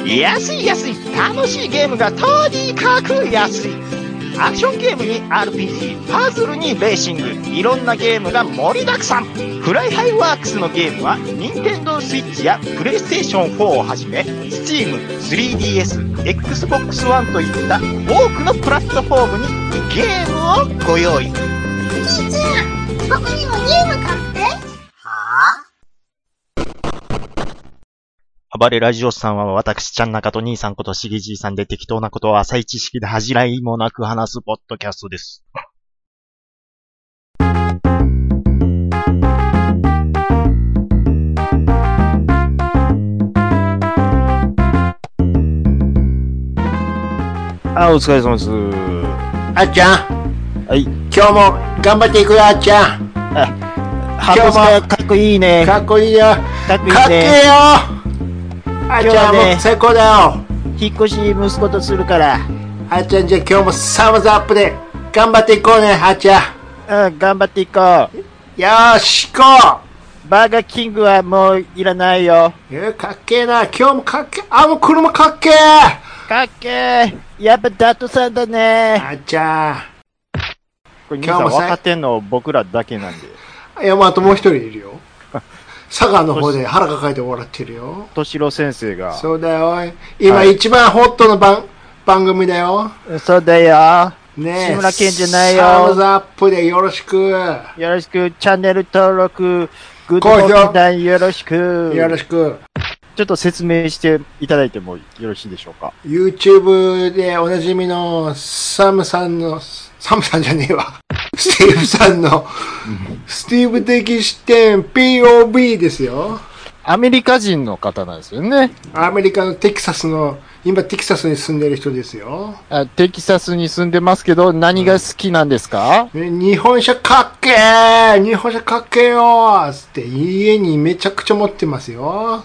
安い安い、楽しいゲームがとにかく安い。アクションゲームに RPG、パズルにレーシング、いろんなゲームが盛りだくさん。フライハイワークスのゲームは Nintendo Switch や PlayStation 4をはじめ Steam、3DS、Xbox One といった多くのプラットフォームにゲームをご用意。 兄ちゃん、僕にもゲーム買って。はぁ？ 暴れラジオさんは私ちゃん中と兄さんことしげじいさんで適当なことを浅い知識で恥じらいもなく話すポッドキャストです。お疲れ様です。 あっちゃん。 はい。 今日も頑張っていくよ、あっちゃん。 今日もかっこいいね。 かっこいいよ。 かっこいいね。 かっけえよ。あっちゃん、もう最高だよ。 引っ越し息子とするから。 あっちゃん、じゃあ今日もサムズアップで頑張っていこうね、あっちゃん。 うん、頑張っていこう。 よーし、行こう。バーガーキングはもういらないよ。 かっけえな。今日もかっけえ。あの車かっけえ。 かっけえ。やっぱダットさんだね。 あっちゃん。 これ兄さん分かってんの僕らだけなんで。 いや、あともう一人いるよ。佐賀の方で腹抱えて笑ってるよ。 敏郎先生が。 そうだよ。今一番ホットの番組だよ。 そうだよ。 ねえ。 志村けんじゃないよ。 サムズアップでよろしく。 よろしく。チャンネル登録、グッドボタンよろしく。 よろしく。 ちょっと説明していただいてもよろしいでしょうか。 YouTube でおなじみのサムさんじゃねえわ。スティーブさんの、スティーブ的視点 POV ですよ。 アメリカ人の方なんですよね。 アメリカのテキサスの、今テキサスに住んでる人ですよ。 テキサスに住んでますけど、何が好きなんですか？ 日本車かっけー！日本車かっけーよーつって家にめちゃくちゃ持ってますよ。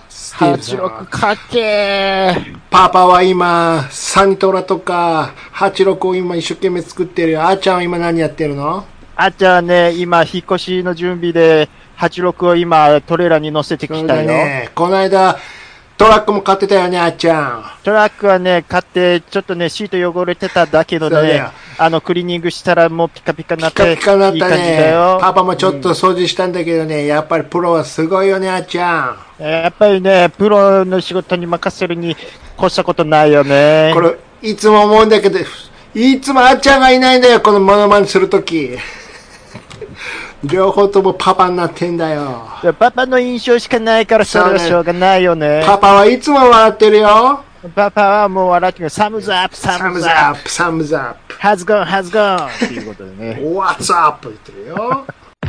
86かっけー。 パパは今、サニトラとか、86を今一生懸命作ってるよ。あーちゃんは今何やってるの？ あーちゃんはね、今引っ越しの準備で、86を今トレーラーに乗せてきたよ。 ね、この間、トラックも買ってたよね、あっちゃん。 トラックはね、買って、ちょっとね、シート汚れてただけどね、クリーニングしたらもうピカピカになって、 ピカピカになったね。パパもちょっと掃除したんだけどね、やっぱりプロはすごいよね、あっちゃん。 やっぱりね、プロの仕事に任せるに越したことないよね。 これ、いつも思うんだけど、いつもあっちゃんがいないんだよ、このモノマネするとき。両方ともパパになってんだよ。 パパの印象しかないからそれはしょうがないよね。 パパはいつも笑ってるよ。 パパはもう笑ってる。サムズアップ、サムズアップ、 サムズアップ。 ハズゴン、ハズゴンっていうことでね。 What's up? 言ってるよ。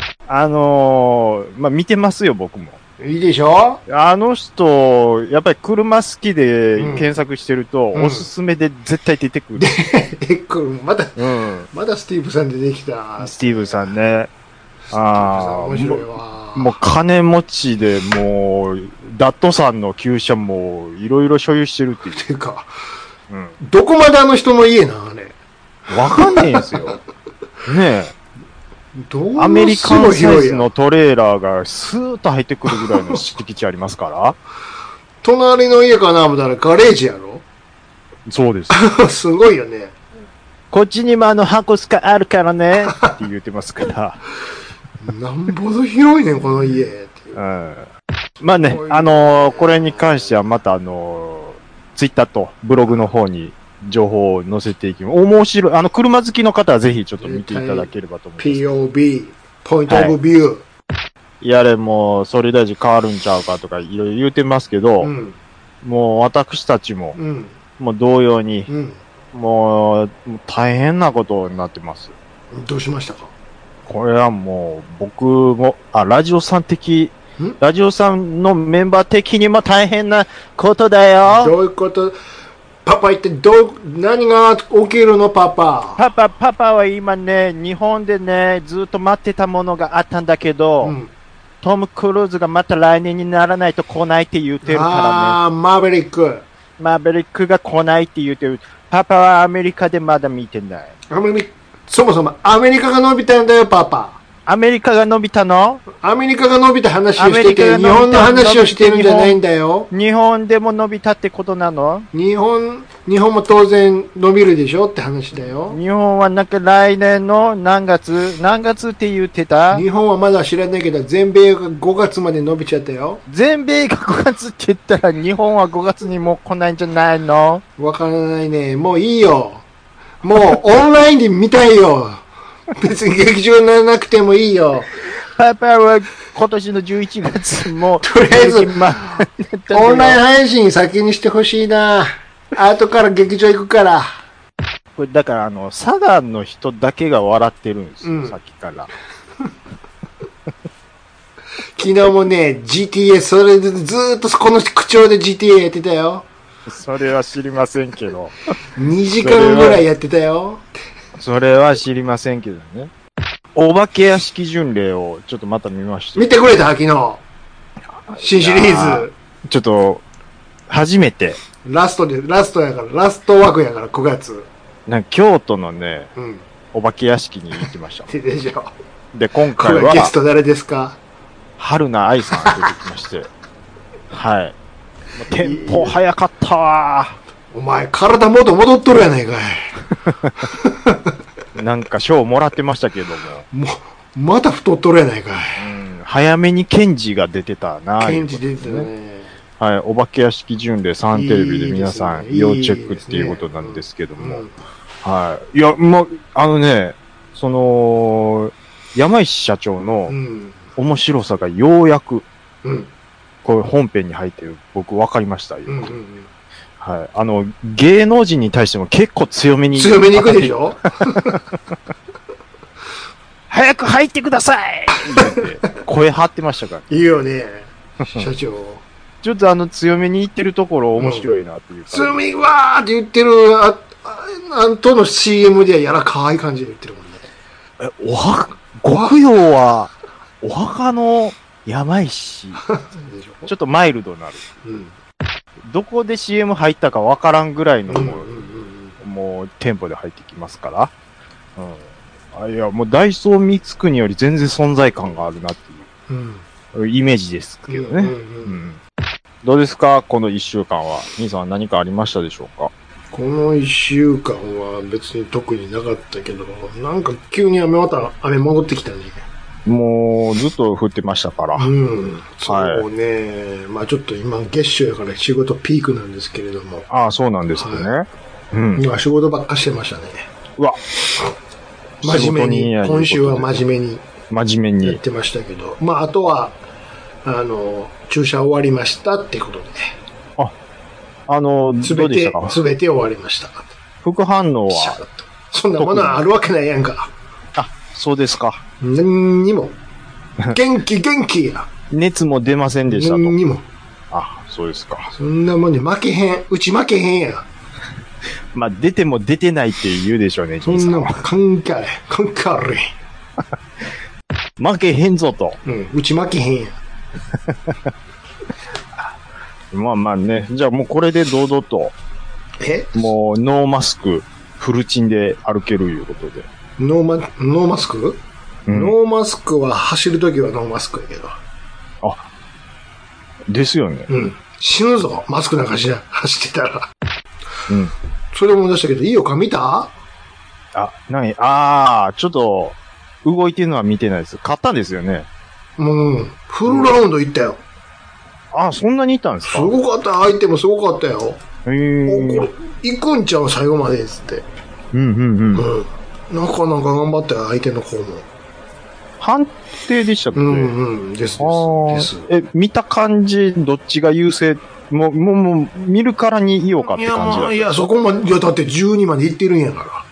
見てますよ、僕も。 いいでしょ？ あの人、やっぱり車好きで検索してると、おすすめで絶対出てくる。 まだスティーブさんでできた。 スティーブさんね。 面白いわ。 もう金持ちで、もう、ダットさんの旧車もいろいろ所有してるっていう。 ていうか、どこまであの人の家なあれ。 わかんねえんですよ。ねえ。アメリカンサイズのトレーラーがスーッと入ってくるぐらいの敷地ありますから。 隣の家かな思ったらガレージやろ？ そうです。 すごいよね。 こっちにも箱スカあるからねって言ってますから。 なんぼど広いねん、この家。 まあね、これに関してはまたツイッターとブログの方に情報を載せていきます。面白い。車好きの方はぜひちょっと見ていただければと思います。 POB、ポイントオブビュー。 やれもう、総理大臣変わるんちゃうかとかいろいろ言うてますけど、もう私たちも、もう同様に、もう大変なことになってます。 どうしましたか？ これはもう、僕も、ラジオさんのメンバー的にも大変なことだよ。 どういうこと？パパ一体何が起きるのパパ？ パパは今ね、日本でね、ずっと待ってたものがあったんだけど、トム・クルーズがまた来年にならないと来ないって言ってるからね。 マーベリック。 マーベリックが来ないって言ってる。パパはアメリカでまだ見てない。 そもそもアメリカが伸びたんだよ、パパ。 アメリカが伸びたの？ アメリカが伸びた話をしてて、日本の話をしてるんじゃないんだよ。 日本でも伸びたってことなの？ 日本も当然伸びるでしょって話だよ。 日本はなんか来年の何月って言ってた？ 日本はまだ知らないけど、全米が5月まで伸びちゃったよ。 全米が5月って言ったら、日本は5月にもう来ないんじゃないの？ わからないね。もういいよ。もうオンラインで見たいよ。別に劇場にならなくてもいいよ。 パパは今年の11月もとりあえず、オンライン配信先にしてほしいな。後から劇場行くから。 これだから佐賀の人だけが笑ってるんですよ、さっきから。 昨日もね、GTA、それでずーっとこの口調で GTA やってたよ。 それは知りませんけど。 2時間ぐらいやってたよ。 それは知りませんけどね。お化け屋敷巡礼をちょっとまた見ました。 見てくれた昨日。新シリーズ。 ちょっと、初めて。 ラストやから、ラスト枠やから9月。 なんか京都のね、 うん。 お化け屋敷に行きました。 でしょ。 で、今回は、 ゲスト誰ですか？ 春菜愛さんが出てきまして。はい。テンポ早かったわ。 お前、体元戻っとるやないかい。なんか賞もらってましたけども。 また太っとるやないかい。 早めにケンジが出てたな。 ケンジ出てたね。 はい。お化け屋敷巡礼3テレビで皆さん要チェックっていうことなんですけども。はい。いや、山石社長の面白さがようやく、これ本編に入ってる僕分かりましたよ。はい。芸能人に対しても結構強めに行くでしょ早く入ってくださいって声張ってましたから。 いいよね、社長。 ちょっと強めに言ってるところ面白いなっていうか。 強めにわーって言ってる、との CM ではやらかい感じで言ってるもんね。 極陽は、お墓の山石。ちょっとマイルドなる。どこで CM 入ったかわからんぐらいのもうテンポで入ってきますから。いや、もうダイソー光国より全然存在感があるなっていう、イメージですけどね。どうですかこの一週間は。兄さんは何かありましたでしょうか？ この一週間は別に特になかったけど、なんか急にまた雨戻ってきたね。 もうずっと降ってましたから。 そうね。まあちょっと今月初やから仕事ピークなんですけれども。 ああ、そうなんですね。 今仕事ばっかしてましたね。 うわ。 真面目に、今週は真面目にやってましたけど、まああとは、注射終わりましたってことで。どうでしたか？すべて終わりました。 副反応はそんなものはあるわけないやんか。 あ、そうですか。 何にも。元気や。 熱も出ませんでしたと。 何にも。 あ、そうですか。 そんなもんに負けへん。うち負けへんやん。 まあ、出ても出てないって言うでしょうね、 そんなもん関係あれ。 負けへんぞと。 うち負けへんやん。 まあまあね。じゃあもうこれで堂々と。もうノーマスク、フルチンで歩けるいうことで。 ノーマスク？ノーマスクは走るときはノーマスクやけど。 あ、ですよね。 死ぬぞ、マスクなんか走ってたら。それ思い出したけど、いいよか見た？ ちょっと、動いてるのは見てないです。勝ったんですよね。 フルラウンド行ったよ。 そんなに行ったんですか？ すごかった、相手もすごかったよ。行くんちゃう最後まで、つって。なかなか頑張ったよ、相手の方も。 判定でしたっけ？ です。 見た感じ、どっちが優勢？もう、見るからにいようかって感じだった。 いや、そこまで、だって12まで行ってるんやから。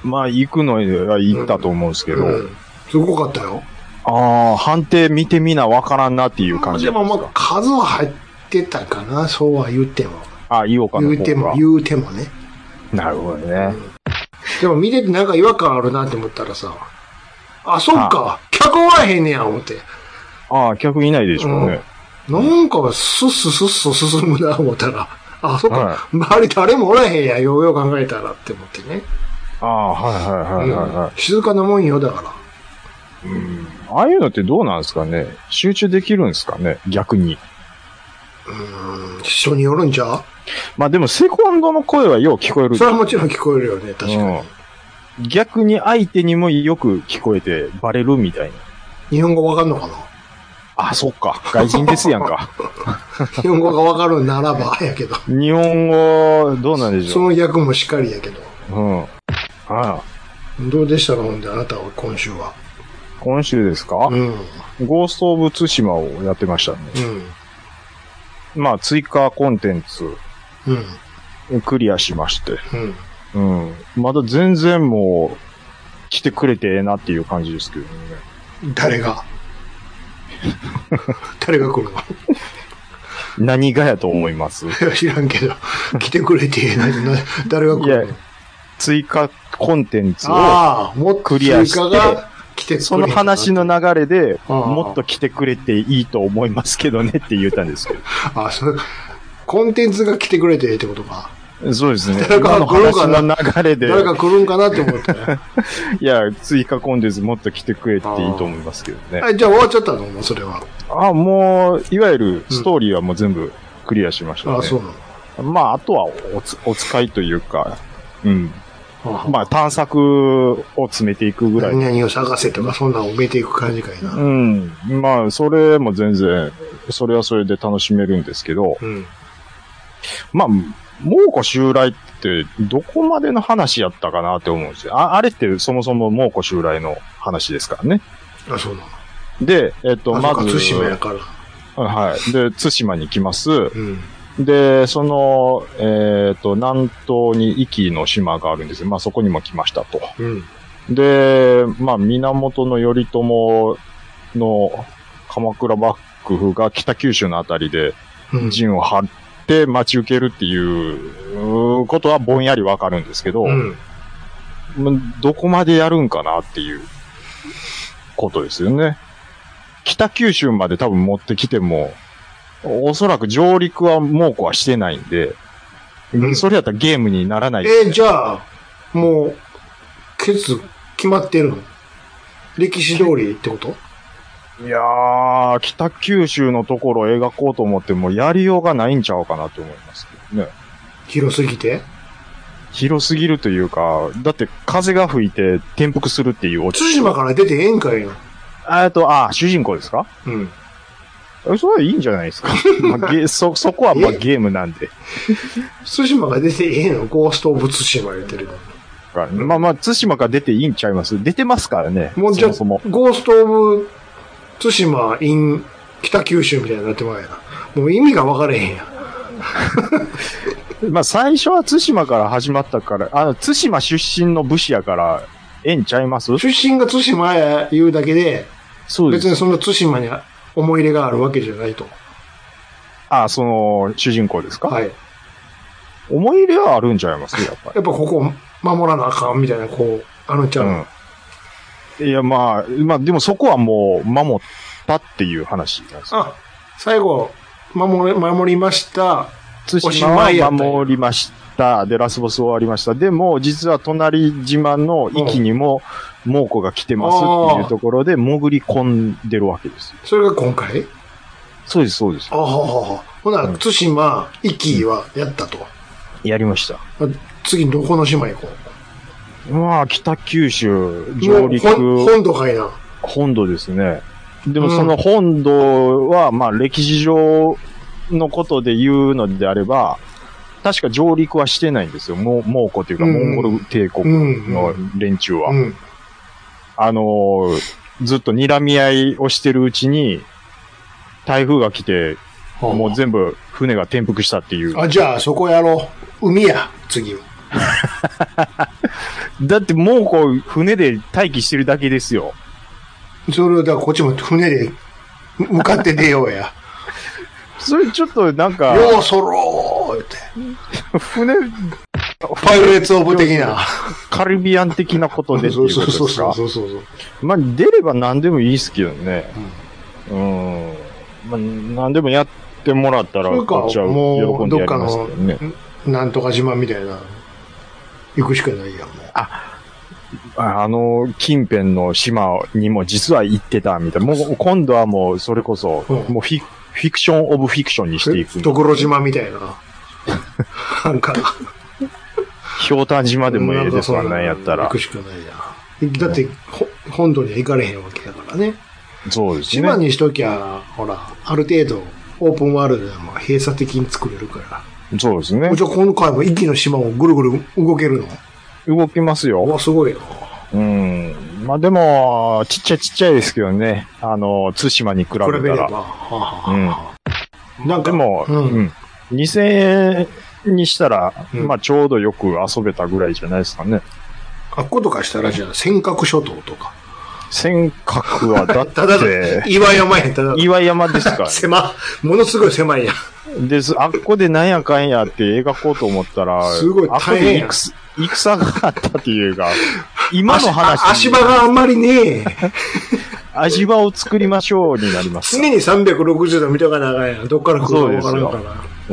まあ、行くのは行ったと思うんですけど。 すごかったよ。 判定見てみなわからんなっていう感じでもまあ、数は入ってたかな、そうは言っても。 言おうかな。 言うてもね。 なるほどね。 でも見ててなんか違和感あるなって思ったらさ、そっか、客おらへんねや、思って。 客いないでしょうね。 なんかスッス進むな、思ったら。そっか、周り誰もおらへんや、よう考えたらって思ってね。静かなもんよ、だから。 ああいうのってどうなんですかね？集中できるんですかね？逆に。 人によるんじゃ？ まあでもセコンドの声はよう聞こえる。 それはもちろん聞こえるよね、確かに。 逆に相手にもよく聞こえてバレるみたいな。 日本語わかんのかな？ あ、そっか。外人ですやんか。 日本語がわかるならばやけど。 日本語、どうなんでしょう。 その逆もしっかりやけど。 ああ。 どうでしたか、ほんで、あなたは今週は。 今週ですか？ゴースト・オブ・ツシマをやってましたね。まあ、追加コンテンツ、クリアしまして。まだ全然もう、来てくれてええなっていう感じですけどね。 誰が誰が来るの？ 何がやと思います？ 知らんけど、来てくれてええな、誰が来るの？いや、 追加コンテンツをクリアして、その話の流れで、もっと来てくれていいと思いますけどねって言ったんですけど。 コンテンツが来てくれてってことか。 そうですね。誰か来るかな流れで。 誰か来るんかなって思って。 いや、追加コンテンツもっと来てくれていいと思いますけどね。 じゃあ終わっちゃったのもうそれは。 もう、いわゆるストーリーはもう全部クリアしましたね。 そうなの。まあ、あとはお使いというか、まあ、探索を詰めていくぐらい。 何々を探せとか、そんなのを埋めていく感じかいな。 まあ、それも全然、それはそれで楽しめるんですけど、まあ、猛虎襲来ってどこまでの話やったかなって思うんですよ。あれってそもそも猛虎襲来の話ですからね。 そうなの。 で、まず。 対馬やから。 はい。で、対馬に来ます。で、その、南東に壱岐の島があるんですよ。まあそこにも来ましたと。で、まあ源頼朝の鎌倉幕府が北九州のあたりで陣を張って待ち受けるっていうことはぼんやりわかるんですけど、どこまでやるんかなっていうことですよね。北九州まで多分持ってきても、おそらく上陸は猛虎はしてないんで、それやったらゲームにならない。 じゃあ、もう、決まってるの？歴史通りってこと？ いやー、北九州のところを描こうと思ってもやりようがないんちゃうかなと思いますけどね。 広すぎて？ 広すぎるというか、だって風が吹いて転覆するっていうオチ。 対馬から出てええんかいよ。 主人公ですか？それはいいんじゃないですか。そこはまあゲームなんで。 対馬が出てええの？ゴースト・オブ・対馬言ってるの。 まあ、対馬から出ていいんちゃいます？出てますからね。 もうじゃあ、ゴースト・オブ・対馬 in 北九州みたいになってまうやな。もう意味が分かれへんや。 まあ、最初は対馬から始まったから、対馬出身の武士やから、ええんちゃいます？ 出身が対馬や言うだけで、 そうです。 別にその対馬に思い入れがあるわけじゃないと。 その、主人公ですか？ はい。 思い入れはあるんちゃいます？やっぱり。 やっぱここ守らなあかんみたいな、あるんちゃう。 いや、まあ、でもそこはもう守ったっていう話なんですよ。 最後、守りました。 対馬は守りました。で、ラスボス終わりました。でも、実は隣島の壱岐にも猛虎が来てますっていうところで潜り込んでるわけですよ。 それが今回？ そうです、そうです。 ほな、対馬、壱岐はやったと。 やりました。 次、どこの島行こう？ まあ、北九州、上陸。 本土かいな。 本土ですね。でもその本土は、まあ、歴史上のことで言うのであれば、確か上陸はしてないんですよ。猛虎というか、モンゴル帝国の連中は。ずっと睨み合いをしてるうちに、台風が来て、もう全部船が転覆したっていう。 じゃあそこやろう。海や、次は。 だってもう船で待機してるだけですよ。 それを、だからこっちも船で向かって出ようや。 それちょっとなんか。 ようそろーって。 船、 パイレーツオブ的な。 カリビアン的なことでっていうことですか？そう。まあ、出れば何でもいいですけどね。まあ、何でもやってもらったら、こっちは喜んでやりますけどね。 なんとか島みたいな、行くしかないやん、もう。 近辺の島にも実は行ってたみたいな。もう今度はもうそれこそ、もうフィクションオブフィクションにしていく。 所島みたいな。なんか。 ひょうたん島でもええですわ、なんやったら。 行くしかないな。だって、本土には行かれへんわけだからね。 そうですね。 島にしときゃ、ほら、ある程度、オープンワールドでも閉鎖的に作れるから。 そうですね。 じゃあ今回も一気の島をぐるぐる動けるの？ 動きますよ。 うわ、すごいよ。 まあでも、ちっちゃいですけどね。対馬に比べたら。 比べれば。 なんかでも、2000円にしたら、まあちょうどよく遊べたぐらいじゃないですかね。 あっことかしたら、じゃあ、尖閣諸島とか。 尖閣はだって、 ただ岩山やん、ただ。 岩山ですから、 ね。ものすごい狭いやん。です。あっこでなんやかんやって描こうと思ったら、 すごい大変やん。 戦があったっていうか、今の話。 足場があんまりねえ。 足場を作りましょうになります。 常に360度見とかなあかんやん。どっから来るかわからんから。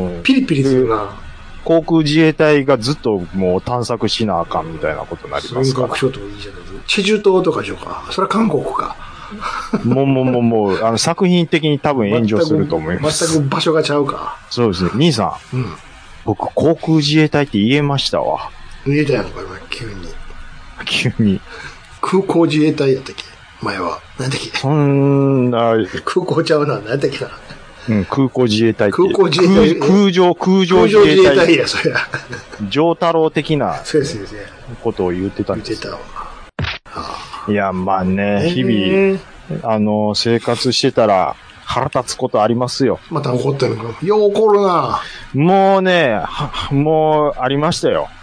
ピリピリするな。 航空自衛隊がずっともう探索しなあかんみたいなことになりますから。 尖閣諸島いいじゃないですか。チェジュ島とかでしょうか。それは韓国か。 もう、作品的に多分炎上すると思います。 全く場所がちゃうか。 そうですね。兄さん。僕、航空自衛隊って言えましたわ。 言えたやんか、急に。 急に。 空港自衛隊やったっけ前は。何だっけそんな。 空港ちゃうな。何だっけな。 空港自衛隊って。 空港自衛隊。 空上自衛隊や、そりゃ。 上太郎的なことを言ってたんですよ。 言ってたわ。 いや、まあね、日々、生活してたら腹立つことありますよ。 また怒ってるのか。よう怒るな。 もうね、もうありましたよ。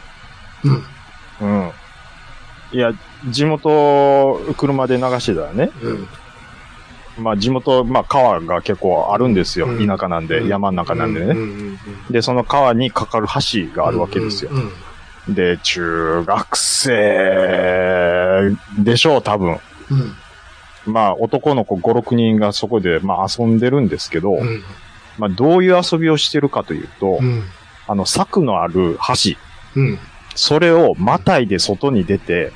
いや、地元、車で流してたらね。まあ地元、まあ川が結構あるんですよ。田舎なんで、山の中なんでね。で、その川にかかる橋があるわけですよ。で、中学生でしょう、多分。まあ男の子5、6人がそこで、まあ遊んでるんですけど、まあどういう遊びをしてるかというと、柵のある橋、それをまたいで外に出て、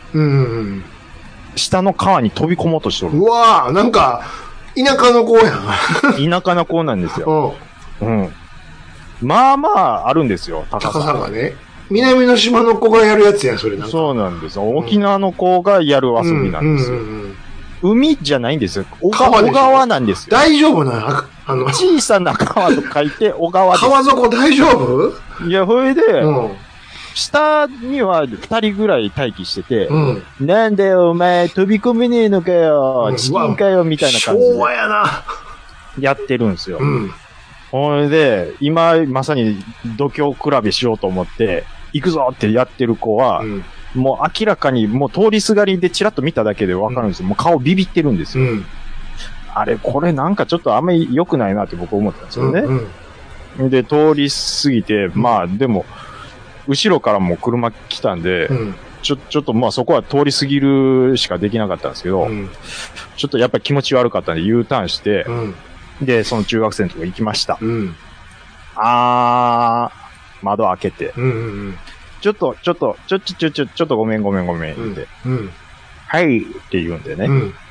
下の川に飛び込もうとしてる。 うわぁ、なんか、田舎の子やん。田舎の子なんですよ。まあまあ、あるんですよ、 高さがね。南の島の子がやるやつや、それなんか。 そうなんですよ。沖縄の子がやる遊びなんですよ。海じゃないんですよ。小川なんですよ。 大丈夫な小さな川と書いて小川です。 川底大丈夫？ いや、それで、下には2人ぐらい待機してて、なんだよお前飛び込めねえのかよ、チキンかよみたいな感じで。 昭和やな。 やってるんですよ。ほいで、今まさに度胸比べしようと思って、行くぞってやってる子は、もう明らかにもう通りすがりでチラッと見ただけでわかるんですよ。もう顔ビビってるんですよ。あれ、これなんかちょっとあんまり良くないなって僕思ったんですよね。で、通り過ぎて、まあでも、後ろからも車来たんで、ちょっとまあそこは通り過ぎるしかできなかったんですけど、ちょっとやっぱり気持ち悪かったんで U ターンして、で、その中学生のとこ行きました。窓開けて、ちょっとごめん、って、はいって言うんでね。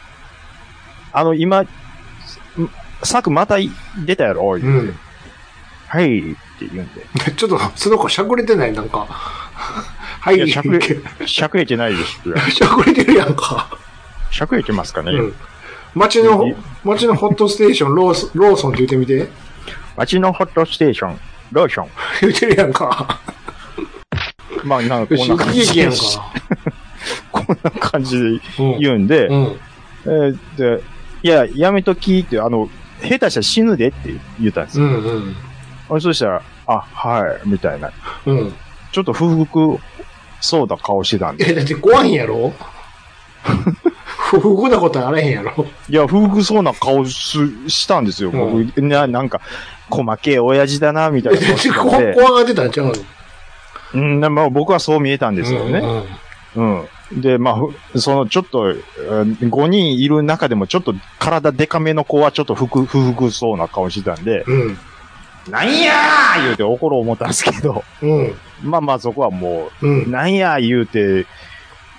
今、柵また出たやろ言って。はいって言うんで。 ちょっと、その子しゃくれてないなんか。はい。 しゃくれてないです。 しゃくれてるやんか。 しゃくれてますかね。 街のホットステーション、ローソンって言ってみて。 街のホットステーション、ローション。 言ってるやんか。 まあ、なんかこんな感じで。こんな感じで言うんで、で、いや、やめときって、下手したら死ぬでって言ったんですよ。そしたら、はい、みたいな。ちょっと不服そうな顔してたんで。 だって怖いんやろ不服なことあらへんやろいや、不服そうな顔したんですよ。僕、なんか、細けえ親父だな、みたいな顔してたんで。 怖がってたんちゃうの？まあ僕はそう見えたんですよね。で、まあ、ちょっと、5人いる中でもちょっと体デカめの子はちょっと不服そうな顔してたんで、なんやー言うて怒ろう思ったんですけど、まあまあそこはもう、なんやー言うて、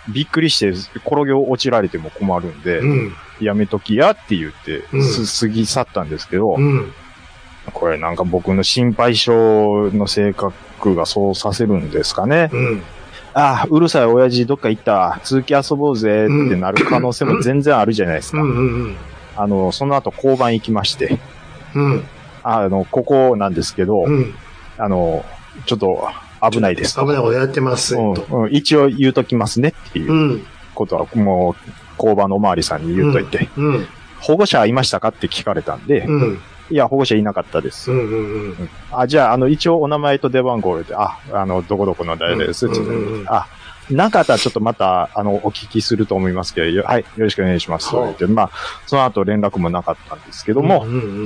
びっくりして転げ落ちられても困るんで、やめときやって言って、過ぎ去ったんですけど、これなんか僕の心配性の性格がそうさせるんですかね。ああ、うるさい親父どっか行った、続き遊ぼうぜってなる可能性も全然あるじゃないですか。その後交番行きまして、ここなんですけど、ちょっと危ないです。 危ないことやってます。 一応言うときますねっていうことは、もう、交番のおまわりさんに言うといて、保護者いましたかって聞かれたんで、いや、保護者いなかったです。じゃあ、一応お名前と電話番号で、どこどこの誰ですって、なかったらちょっとまた、お聞きすると思いますけど、はい、よろしくお願いします。って言って、まあ、その後連絡もなかったんですけども、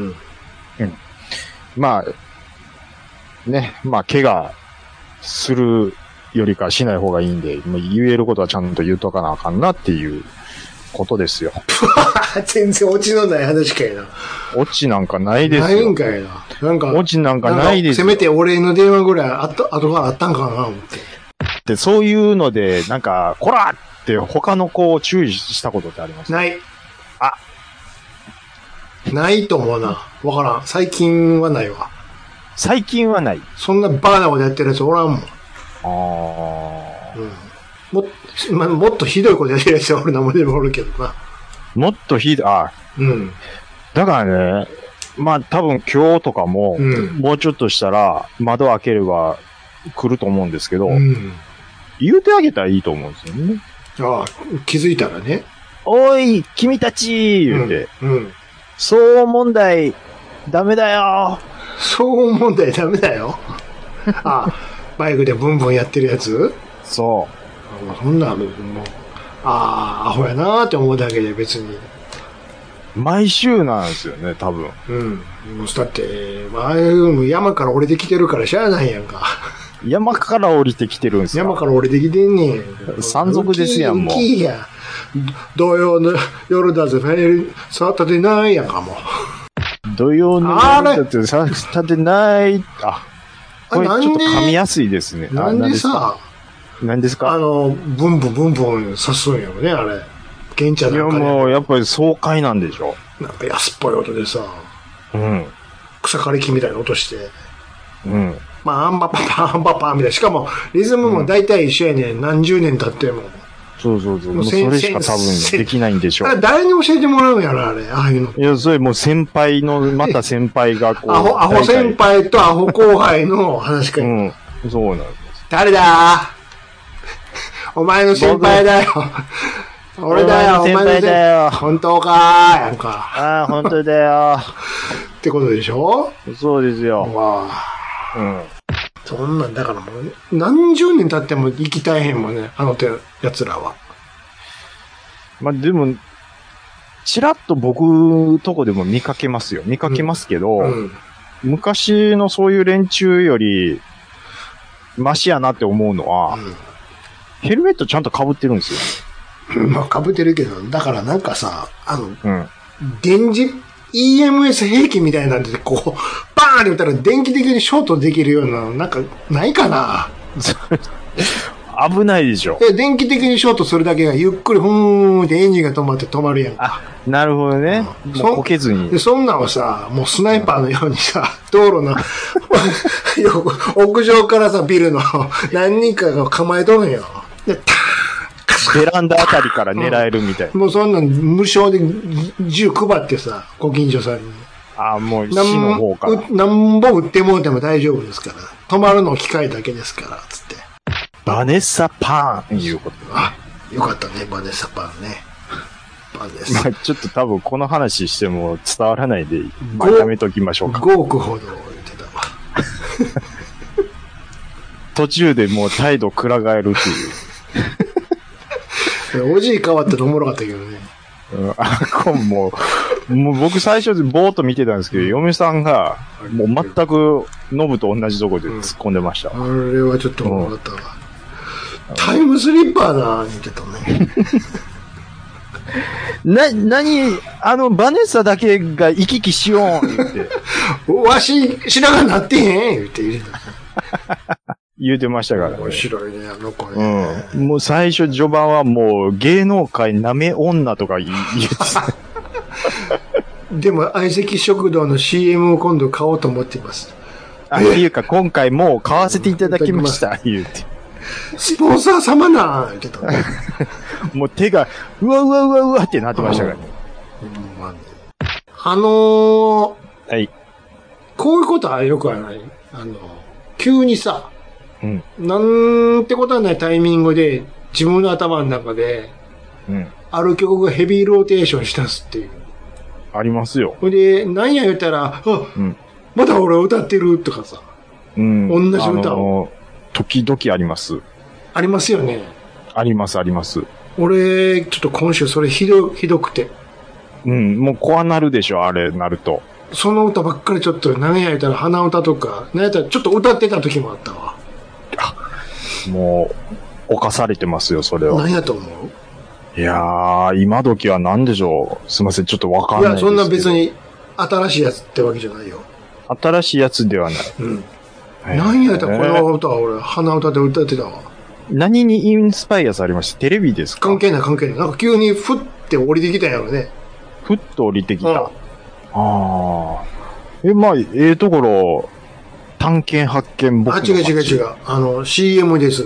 まあ、ね、まあ、怪我するよりかしない方がいいんで、言えることはちゃんと言うとかなあかんなっていうことですよ。 全然オチのない話かいな。 オチなんかないですよ。 ないんかいな。なんか、 オチなんかないですよ。 せめてお礼の電話ぐらい後からあったんかな思って。 で、そういうので、なんか、こらって他の子を注意したことってあります？ ない。ないと思うな。わからん。最近はないわ。 最近はない。 そんなバカなことやってるやつおらんもん。もっとひどいことやってるやつは俺名前でもおるけどな。 もっとひどい、だからね、まあ多分今日とかも、もうちょっとしたら窓開ければ来ると思うんですけど、言うてあげたらいいと思うんですよね。 気づいたらね。 おい、君たち言うて、騒音問題、ダメだよ。 騒音問題ダメだよ。バイクでブンブンやってるやつ？ そう。 そんな、アホやなーって思うだけで別に。 毎週なんですよね、多分。 だって、山から降りてきてるからしゃあないやんか。 山から降りてきてるんですか？ 山から降りてきてんねん。 山賊ですやん、もう。 土曜の夜だぜ、ファイル、触ったでないやんか、もう。 土曜の夜だって、触ったでない。これちょっと噛みやすいですね。 なんでさ、 何ですか？ ブンブンブンブン刺すんやろね、あれ。玄茶なんか、ね。 いや、もう、やっぱり爽快なんでしょ。 なんか安っぽい音でさ、草刈り機みたいな音して。アンバパパアンバパみたいな。しかも、リズムも大体一緒やねん。何十年経っても。 そう。もうそれしか多分できないんでしょう。 あれ誰に教えてもらうんやろ、あれ。ああいうの。 いや、それもう先輩の、また先輩がこう。 アホ先輩とアホ後輩の話かよ。そうなんです。 誰だお前の先輩だよ。俺だよ、お前の先輩だよ。本当かやんか。 本当だよ。 ってことでしょ？ そうですよ。 そんなんだからもう、何十年経っても生き大変もんね、奴らは。 まあ、でも、ちらっと僕とこでも見かけますけど、昔のそういう連中より、マシやなって思うのは、ヘルメットちゃんと被ってるんですよ。 被ってるけど、だからなんかさ、電磁、EMS 兵器みたいなんで、こう、バーンって打ったら電気的にショートできるような、なんか、ないかな？ 危ないでしょ。 電気的にショートするだけがゆっくりふーんってエンジンが止まって止まるやんか。 なるほどね。もうこけずに。 で、そんなんをさ、もうスナイパーのようにさ、道路の屋上からさ、ビルの何人かが構えとるんよ。で、 ベランダあたりから狙えるみたいな。 もうそんなん無償で銃配ってさ、ご近所さんに。 もう市の方から。 なんぼ撃ってもうても大丈夫ですから。止まるの機械だけですから、つって。 バネッサパーンいうこと。 よかったね、バネッサパーンね。バネッサ。 ちょっと多分この話しても伝わらないで、やめときましょうか。 5億ほど言ってたわ。 途中でもう態度くら替えるっていう。 おじい変わったらおもろかったけどね。 もう僕最初ぼーっと見てたんですけど、嫁さんが、もう全くノブと同じとこで突っ込んでました。 あれはちょっとおもろかったわ。タイムスリッパーだ、見てたね。 バネッサだけが行き来しよう言って。 わし、白髪なってへん言って入れた。 言うてましたからね。 面白いね、あの子ね。 うん。もう最初序盤はもう芸能界なめ女とか言ってた。 でも相席食堂の CM を今度買おうと思っています。 っていうか今回もう買わせていただきました、言うて。 スポンサー様なーって言ってた。 もう手が、うわうわうわうわってなってましたからね。 はい。こういうことはよくはない。急にさ、うん、なんてことはないタイミングで自分の頭の中で、うん、ある曲がヘビーローテーションしたすっていう。 ありますよ。 で、何や言ったら、うん、まだ俺歌ってるとかさ、うん、同じ歌を。 時々あります。 ありますよね。 あります、あります。 俺、ちょっと今週それひどくて。 うん、もう怖なるでしょ、あれ、なると。 その歌ばっかりちょっと、何や言ったら鼻歌とか、何やったらちょっと歌ってた時もあったわ。 もう、犯されてますよ、それは。 何やと思う？いやー、今時は何でしょう。すいません、ちょっとわかんないですけど。 いや、そんな別に新しいやつってわけじゃないよ。 新しいやつではない。 うん。何やったらこの歌は俺、鼻歌で歌ってたわ。 何にインスパイアされました？テレビですか？ 関係ない。なんか急にふって降りてきたんやろね。 ふっと降りてきた。うん、ああ。まあ、ところ、探検発見僕の街。 違う。CM です。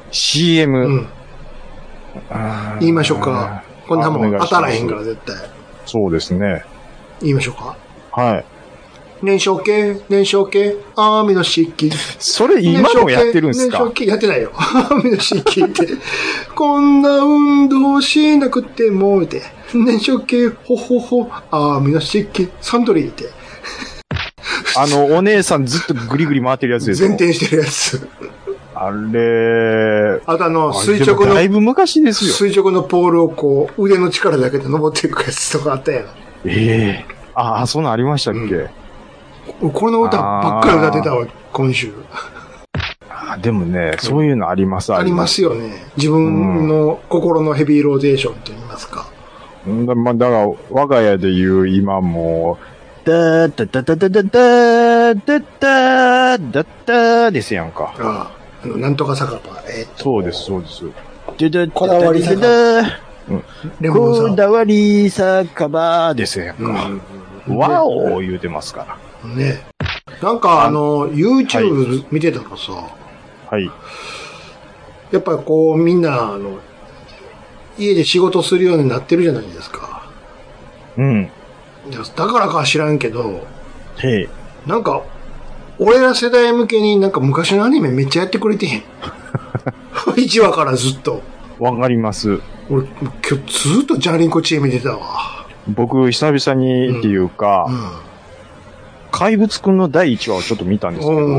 CM？ うん。 言いましょうか。こんなもん当たらへんから絶対。 そうですね。 言いましょうか。 はい。 燃焼系、雨の湿気。 それ今もやってるんですか？ 燃焼系やってないよ。雨の湿気って。こんな運動しなくても、って。燃焼系、雨の湿気、サントリーって。 お姉さんずっとグリグリ回ってるやつですよ。 前転してるやつ。 あれあと垂直の、 だいぶ昔ですよ。 垂直のポールをこう、腕の力だけで登っていくやつとかあったやん。 ああ、そんなんありましたっけ？ この歌ばっかり歌ってたわ、今週。 でもね、そういうのあります、 ありますよね。自分の心のヘビーローテーションって言いますか。 だから、我が家で言う今も、ダーダダダダダダーダダーダダーですやんか。 なんとか酒場。 そうです。 こだわり酒場。 こだわり酒場ですやんか。ワオ言うてますから。 ね。なんかYouTube 見てたらさ。 はい。 やっぱりこうみんな家で仕事するようになってるじゃないですか。 うん。 だからかは知らんけど。 へえ。 なんか、俺ら世代向けになんか昔のアニメめっちゃやってくれてへん。1話からずっと。 わかります。 俺、今日ずっとジャリンコチーム見てたわ。 僕、久々にっていうか、怪物くんの第1話をちょっと見たんですけど、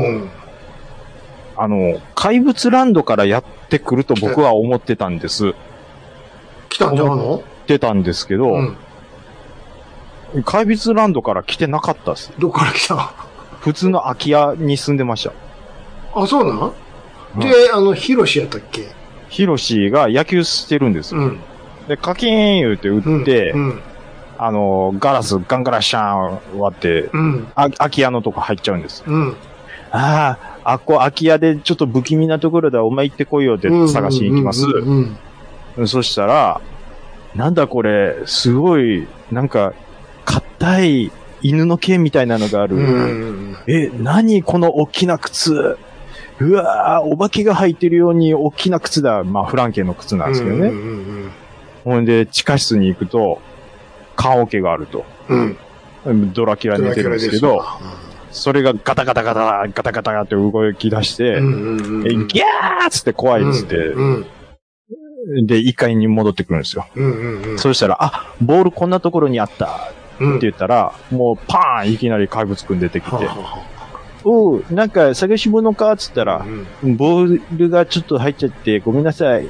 怪物ランドからやってくると僕は思ってたんです。 来たんじゃんの？ 思ってたんですけど、怪物ランドから来てなかったです。 どこから来た？ 普通の空き家に住んでました。 あ、そうなん？で、ヒロシやったっけ？ ヒロシが野球してるんですよ。で、カキーン言うて打って、ガラスガンガラシャーン割って、空き家のとこ入っちゃうんです。空き家でちょっと不気味なところだ、お前行ってこいよって探しに行きます。そしたら、なんだこれ、すごい、なんか、硬い犬の毛みたいなのがある。何この大きな靴。うわー、お化けが履いてるように大きな靴だ。まあ、フランケンの靴なんですけどね。ほんで、地下室に行くと、棺桶があると。ドラキュラ寝てるんですけど、それがガタガタガタって動き出して、ギャーつって怖いっつって、で、1階に戻ってくるんですよ。そうしたら、ボールこんなところにあったって言ったら、もうパーンいきなり怪物くん出てきて、なんか探し物かっつったら、ボールがちょっと入っちゃってごめんなさい。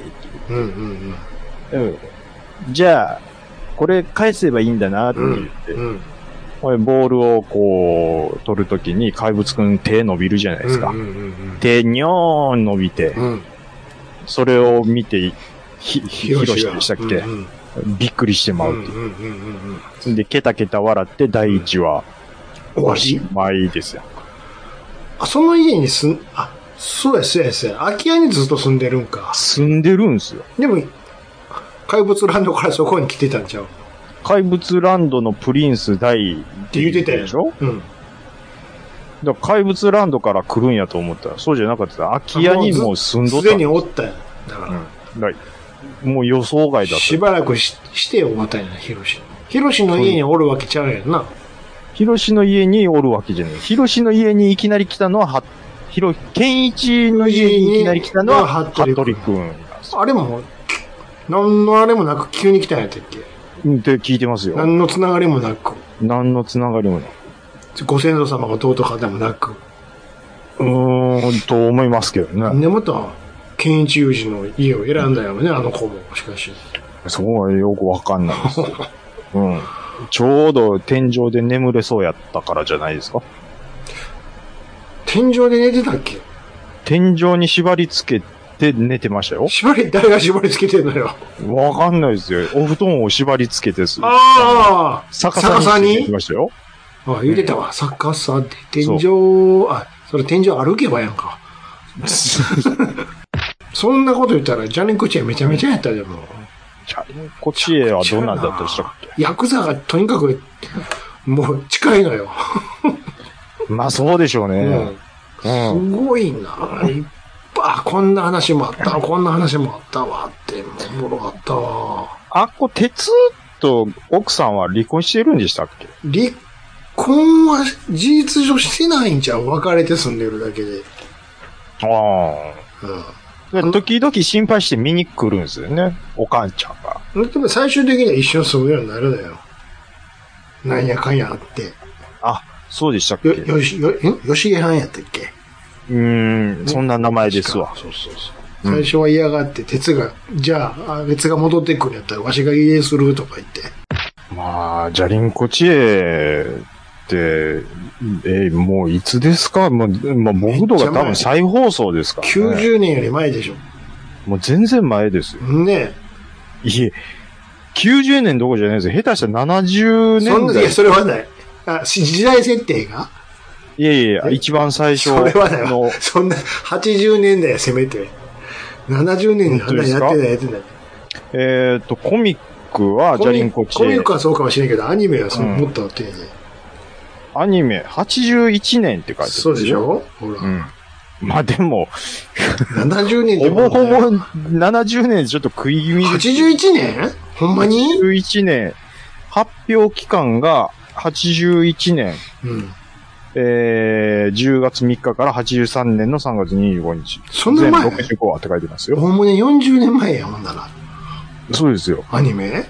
じゃあ、これ返せばいいんだなって言って、ボールをこう、取るときに怪物くん手伸びるじゃないですか。手にょーん伸びて、それを見て、ヒロシでしたっけ？びっくりしてまうっていう。で、ケタケタ笑って第1話、おしまいですよ。 その家にそうや、そうや、そうや。空き家にずっと住んでるんか。 住んでるんすよ。 でも、怪物ランドからそこに来てたんちゃう？ 怪物ランドのプリンス大って言ってたでしょ？ うん。 だから怪物ランドから来るんやと思ったら、そうじゃなかった。空き家にもう住んどった。 すでにおったやん。だから。 もう予想外だった。 しばらくして終わったんやな、ヒロシ。ヒロシの家におるわけちゃうやんな。 ヒロシの家におるわけじゃない。ヒロシの家にいきなり来たのは、ケンイチの家にいきなり来たのは、服部くん。 あれも、何のあれもなく急に来たんやったっけ？ って聞いてますよ。 何のつながりもなく。 何のつながりもなく。 ご先祖様がどうとかでもなく。 と思いますけどね。 なんでまた、健一有事の家を選んだよね、あの子も、しかし。 そこはよくわかんないです。うん。ちょうど天井で眠れそうやったからじゃないですか。 天井で寝てたっけ？ 天井に縛り付けて寝てましたよ。 誰が縛り付けてんのよ。 わかんないですよ。お布団を縛り付けてす。 ああ逆さに寝てましたよ。 ああ、言うてたわ。逆さって天井、それ天井歩けばやんか。そんなこと言ったら、ジャニンコチエめちゃめちゃやったでも。 ジャニンコチエはどんなんだったでしたっけ？ ヤクザがとにかく、もう近いのよ。 まあそうでしょうね。 すごいな。こんな話もあったわ、こんな話もあったわって、おもろかったわ。 鉄と奥さんは離婚してるんでしたっけ？ 離婚は事実上してないんちゃう？別れて住んでるだけで。 時々心配して見に来るんですよね。おかんちゃんが。 でも最終的には一緒に住むようになるのよ。なんやかんやあって。 あ、そうでしたっけ？ 吉毛はんやったっけ？ そんな名前ですわ。 そう。最初は嫌がって、鉄が、じゃあ、鉄が戻ってくるんやったら、わしが家するとか言って。 まあ、ジャリンコチエって、もういつですか？もう僕とか多分再放送ですからね。 90年より前でしょ。 もう全然前ですよ。 ねえ。いえ、90年どころじゃないですよ。下手したら70年代。 それはない。時代設定が？ いや、一番最初の。それはないわ。そんな、80年代せめて。70年にあんなやってない。 コミックはジャリンコチエ。 コミックはそうかもしれんけど、アニメはもっと丁寧。 アニメ、81年って書いてある。 そうでしょ？ほら。 まあでも、 70年でほぼ70年ちょっと食い気味です。 81年？ほんまに？ 81年。発表期間が81年。10月3日から83年の3月25日。 そんな前？ 全65話って書いてますよ。 ほんまに40年前や、ほんなら。 そうですよ。 アニメ？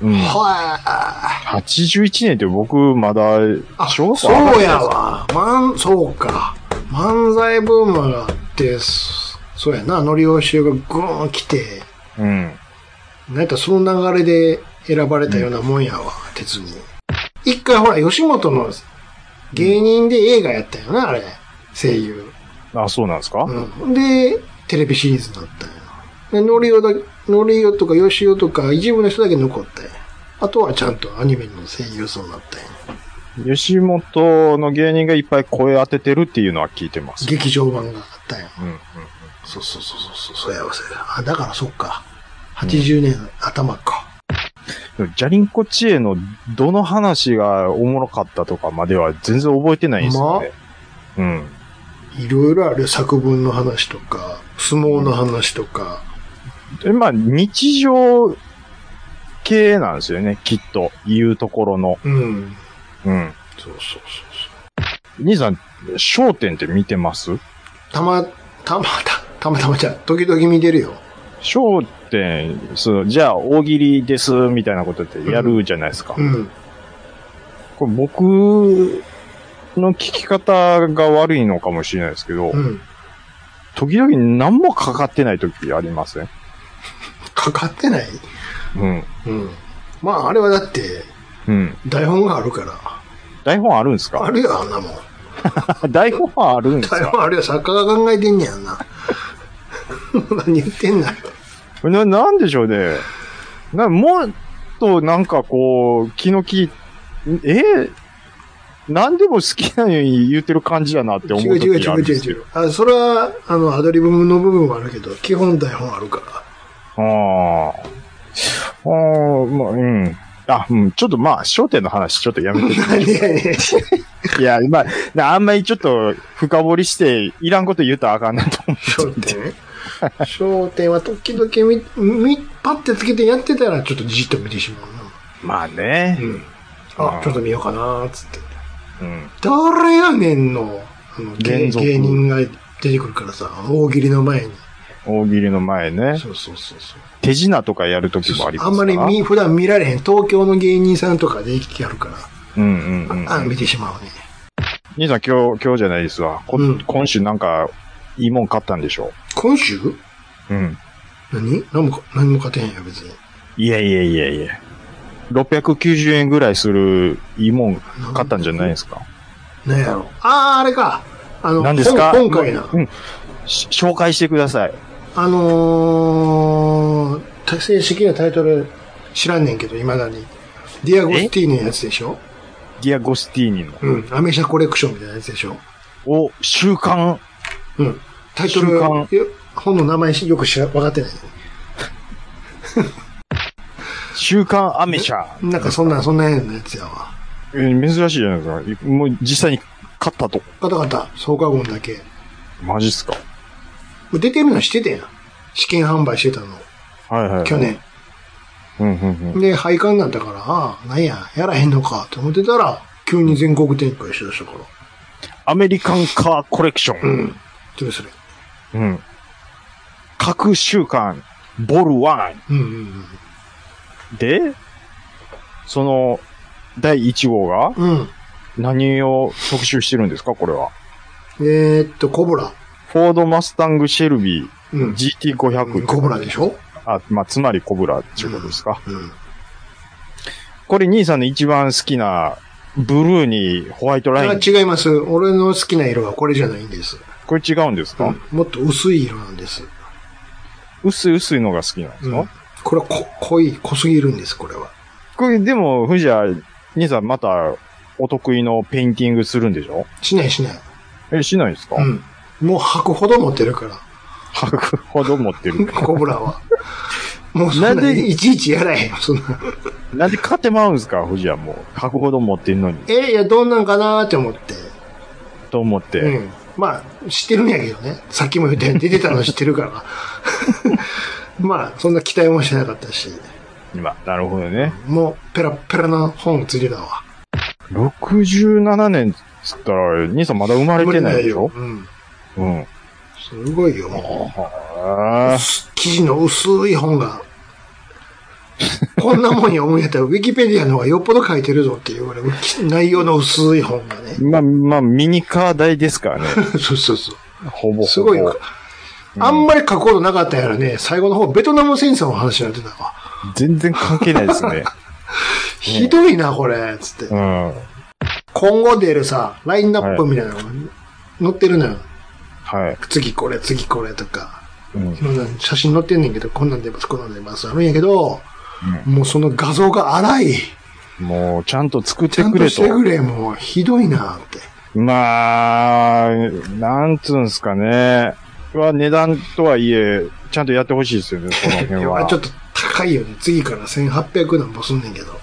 81年って僕まだ小学校そうやわ。そうか。漫才ブームがあって、そうやな、のりお師匠がぐーん来て、なんかその流れで選ばれたようなもんやわ、鉄に。一回ほら、吉本の芸人で映画やったよな、あれ。声優。 あ、そうなんですか？ で、テレビシリーズになったよ。で、のりおとか吉尾とか一部の人だけ残ったよ。あとはちゃんとアニメの声優そうになったよ。 吉本の芸人がいっぱい声当ててるっていうのは聞いてます。 劇場版があったよ。そうやわ。だからそっか。80年頭か。 ジャリンコチエのどの話がおもろかったとかまでは全然覚えてないんですよね。 いろいろある作文の話とか、相撲の話とか。 まあ、日常系なんですよね、きっと。言うところの。そう。兄さん、笑点って見てます？ たまたまじゃ、時々見てるよ。 笑点、じゃあ大喜利ですみたいなことってやるじゃないですか。これ僕の聞き方が悪いのかもしれないですけど、時々何もかかってない時ありません？ かかってない？まあ、あれはだって、台本があるから。 台本あるんですか？ あるよ、あんなもん。 台本はあるんですか？ 台本あるよ、作家が考えてんねやんな。何言ってんだよ。 なんでしょうね。もっとなんかこう、気の利い、 何でも好きなように言ってる感じやなって思う時があるんですけど。 違う。それは、アドリブの部分はあるけど、基本台本あるから。 まあ、うん。ちょっとまあ、焦点の話ちょっとやめて。いや、まあ、あんまりちょっと深掘りして、いらんこと言ったらあかんなと思って。 焦点は時々パッてつけてやってたらちょっとじっと見てしまうな。 まあね。 うん。ちょっと見ようかなーっつって。 うん。 誰やねんの、芸人が出てくるからさ、大喜利の前に。 大喜利の前ね。 そう。 手品とかやるときもありますか？ あんまり普段見られへん東京の芸人さんとかでやるから。見てしまうね。 兄さん今日じゃないですわ。今週なんか、いいもん買ったんでしょ？ 今週？ うん。 何も買ってへんよ、別に。 いや。690円ぐらいするいいもん買ったんじゃないですか？ 何やろ？あれか。 何ですか？ 今回な。 紹介してください。 正式なタイトル知らんねんけど、未だに。ディアゴスティーニのやつでしょ？ ディアゴスティーニの。 うん。アメ車コレクションみたいなやつでしょ？ 週刊。 うん。タイトル、本の名前よく分かってない。 週刊アメ車。 なんかそんなようなやつやわ。 珍しいじゃないですか。もう実際に買ったと。 買った。創価号だけ。 マジっすか？ 出てるのしてたやん。試験販売してたの。 はい。 去年。で、廃刊になったから、なんやらへんのかと思ってたら、急に全国展開しだしたから。 アメリカンカーコレクション。 うん。どうする？ うん。各週間、ボル1。で、その、第1号が、何を特集してるんですか、これは。 コブラ。 フォードマスタングシェルビー、GT500。 コブラでしょ？ つまりコブラっていうことですか。これ、兄さんの一番好きな、ブルーにホワイトライン。 違います。俺の好きな色はこれじゃないんです。 これ違うんですか？ もっと薄い色なんです。 薄いのが好きなんですか？ これは濃すぎるんです、これは。 これ、でも、藤谷、兄さんまた、お得意のペインティングするんでしょ？ しない。 しないですか？ もう吐くほど持ってるから。 吐くほど持ってる。 コブラは。もうそんな、いちいちやらへんよ、そんな。 なんで買ってまうんですか、藤谷もう。吐くほど持ってんのに。 いや、どんなんかなーって思って。まあ、知ってるんやけどね。さっきも言ったように出てたの知ってるから。まあ、そんな期待もしてなかったし。 なるほどね。 もう、ペラペラな本ついてたわ。 67年つったら、兄さんまだ生まれてないでしょ？ すごいよ。生地の薄い本が。こんなもん読むんやったら、ウィキペディアの方がよっぽど書いてるぞって言われる。内容の薄い本がね。 ミニカー代ですからね。 そう。 ほぼ。 すごいよ。あんまり書くことなかったやらね、最後の方、ベトナム戦争の話になってたわ。 全然関係ないですね。 ひどいな、これ、つって。今後出るさ、ラインナップみたいなのが載ってるのよ。次これとか。いろんな写真載ってんねんけど、こんなん出ます、こんなん出ます。あるんやけど、もうその画像が荒い。 もう、ちゃんと作ってくれと。 ちゃんとしてくれ、もう、ひどいなって。 なんつうんすかね。値段とはいえ、ちゃんとやってほしいですよね、この辺は。 ちょっと高いよね。次から1800なんぼすんねんけど。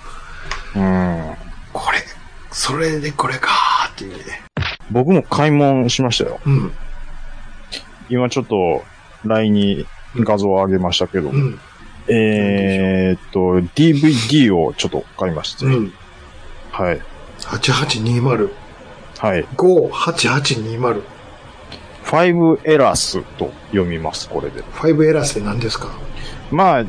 それでこれかーっていうね。 僕も買い物しましたよ。今ちょっと、LINE に画像を上げましたけど。DVD をちょっと買いました。はい。 8820。 はい。 58820。 5エラスと読みます、これで。 5エラスって何ですか？ エラ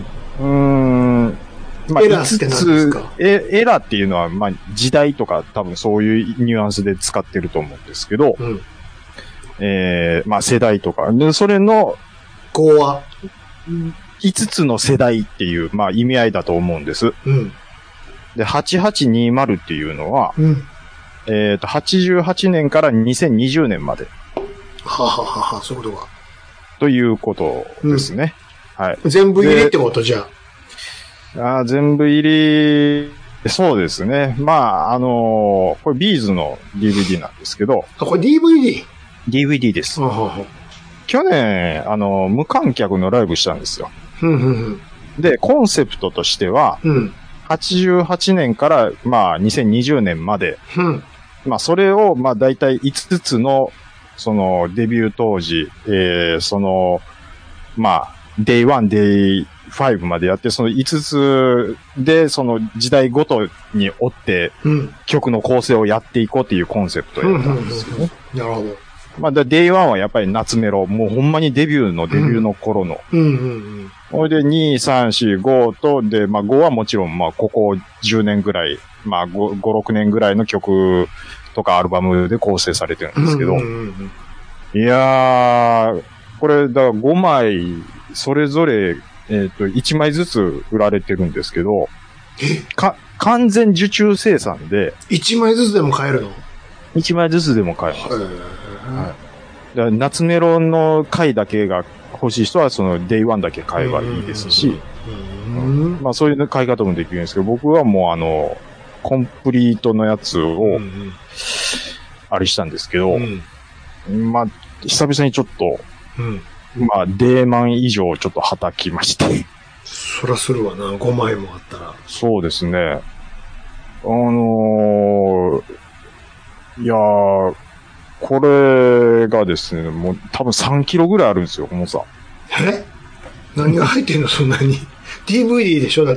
スって何ですか？エラっていうのは、時代とか多分そういうニュアンスで使ってると思うんですけど、世代とか。で、それの、 5は 5つの世代っていう、意味合いだと思うんです。で、8820っていうのは、88年から2020年まで。 そういうことか。 ということですね。はい。 全部入りってことじゃ全部入りそうですね。まあ、これビーズの DVD なんですけど。 これ DVD？ DVD です。去年、無観客のライブしたんですよ。で、コンセプトとしては、88年から、まあ、2020年まで、まあ、それを、まあ、だいたい5つの、その、デビュー当時、まあ、Day1、Day5 までやって、その5つで、その時代ごとに追って、曲の構成をやっていこうっていうコンセプトをやったんですよね。 なるほど。 まあ、Day1 はやっぱり夏メロ、もうほんまにデビューの頃の。ほいで、2、3、4、5と、で、まあ、5はもちろん、まあ、ここ10年ぐらい、まあ、5、6年ぐらいの曲とかアルバムで構成されてるんですけど、いやー、これ、だから5枚、それぞれ、1枚ずつ売られてるんですけど、完全受注生産で。 1枚ずつでも買えるの？ 1 枚ずつでも買えます。はい、だから夏メロの回だけが欲しい人は、その Day1 だけ買えばいいですし、まあそういう買い方もできるんですけど、僕はもうコンプリートのやつを、あれしたんですけど、まあ、久々にちょっと、まあ、デーマン以上ちょっと叩きまして。 そらするわな、5枚もあったら。 そうですね。いやー、これがですね、もう多分3キロぐらいあるんですよ、重さ。 何が入ってんの、そんなに。DVD でしょ、だって。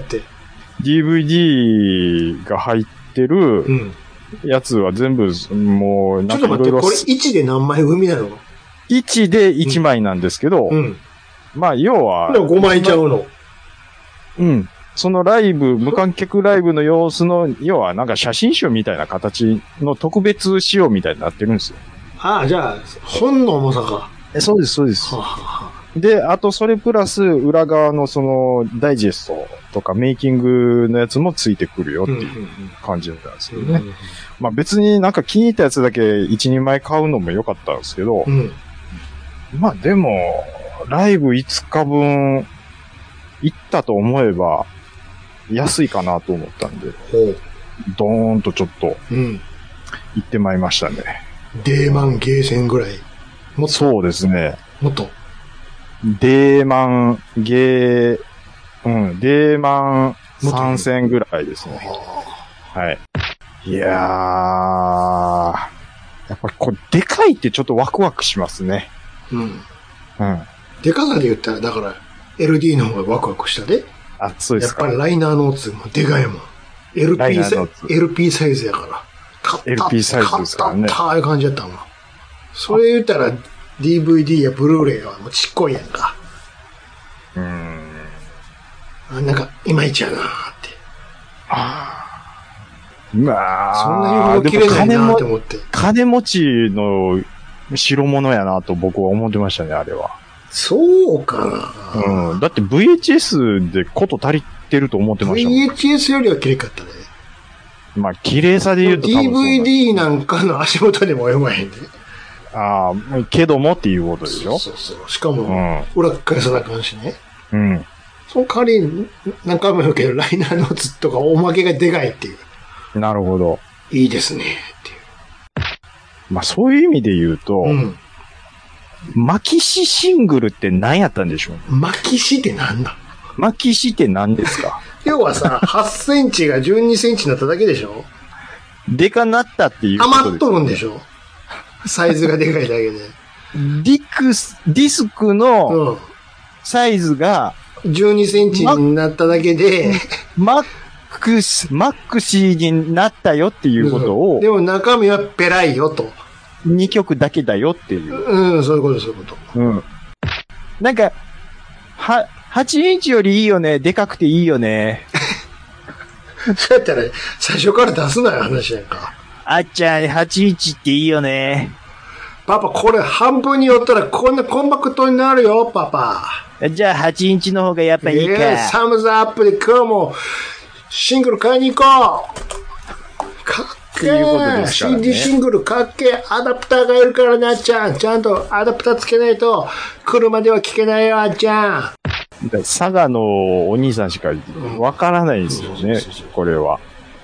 DVD が入ってるやつは全部、もう、 なんかいろいろ。ちょっと待って、これ1で何枚組なの ？1で1枚なんですけど、まあ、要は。 5枚ちゃうの。 そのライブ、無観客ライブの様子の、要はなんか写真集みたいな形の特別仕様みたいになってるんですよ。 ああ、じゃあ、本の重さか。 そうです、そうです。で、あとそれプラス裏側のそのダイジェストとかメイキングのやつもついてくるよっていう感じなんですけどね。まあ別になんか気に入ったやつだけ1、2枚買うのも良かったんですけど、まあでも、ライブ5日分行ったと思えば安いかなと思ったんで、ドーンとちょっと行ってまいりましたね。 デーマンゲーセンぐらい。 そうですね。 もっとデーマンゲー、デーマン参戦ぐらいですね。はい。いやー、やっぱりこれでかいってちょっとワクワクしますね。 でかさで言ったら、だから、LD の方がワクワクしたで。 あ、そうですか。 やっぱりライナーノーツもでかいもん。LP サイズやから。 LP サイズですからね。 ああいう感じやったもん。それ言ったら、DVD やブルーレイはもうちっこいやんか。なんか、いまいちやなーって。 まあ、 そんなにほど綺麗ないなーって思って。 金持ちの代物やなと僕は思ってましたね、あれは。 そうかな。 だって VHS でこと足りてると思ってましたもん。 VHS よりは綺麗かったね。 まあ、綺麗さで言うと多分そう。 DVD なんかの足元でも及ばへんで。 ああ、けどもっていうことでしょ？ そう。しかも、裏返さなあかんしね。その代わり、何回も言うけど、ライナーノーツとかおまけがでかいっていう。 なるほど。 いいですね、っていう。 まあ、そういう意味で言うと、マキシシングルって何やったんでしょう？ マキシって何だ？ マキシって何ですか？ 要はさ、8センチが12センチになっただけでしょ？ でかなったっていうことです。 余っとるんでしょ？サイズがでかいだけで。 ディスクのサイズが 12センチになっただけで、 マックシーになったよっていうことを。 でも中身はペライよと。 2曲だけだよっていう。 そういうこと。 なんか、8インチよりいいよね。でかくていいよね。 そうやったら、最初から出すなよ話やんか。 あっちゃん、8インチっていいよね。 パパ、これ半分に折ったらこんなコンパクトになるよ、パパ。 じゃあ8インチの方がやっぱいいか。 サムズアップで今日もシングル買いに行こう。かっけー。CD シングルかっけー。アダプターがいるからな、あっちゃん。ちゃんとアダプターつけないと車では聞けないよ、あっちゃん。 佐賀のお兄さんしかわからないですよね、これは。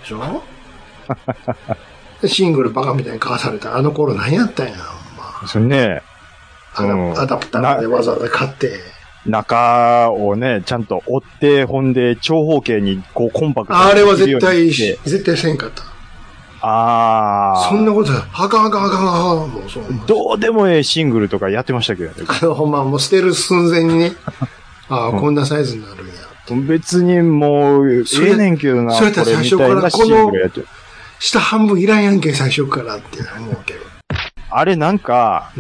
でしょでシングルバカみたいに買わされたあの頃何やったんや、ほんま。 それね、 アダプターでわざわざ買って。 中をね、ちゃんと折って、ほんで、長方形にこうコンパクトに。 あれは絶対せんかった。 そんなこと、あかん、もうそう。 どうでもええシングルとかやってましたけどね。 ほんま、もう捨てる寸前にね、こんなサイズになるんや。 別にもう、ええねんけどな、 それやったら最初からこの、下半分いらんやんけ、最初からって思うけど。 あれなんか、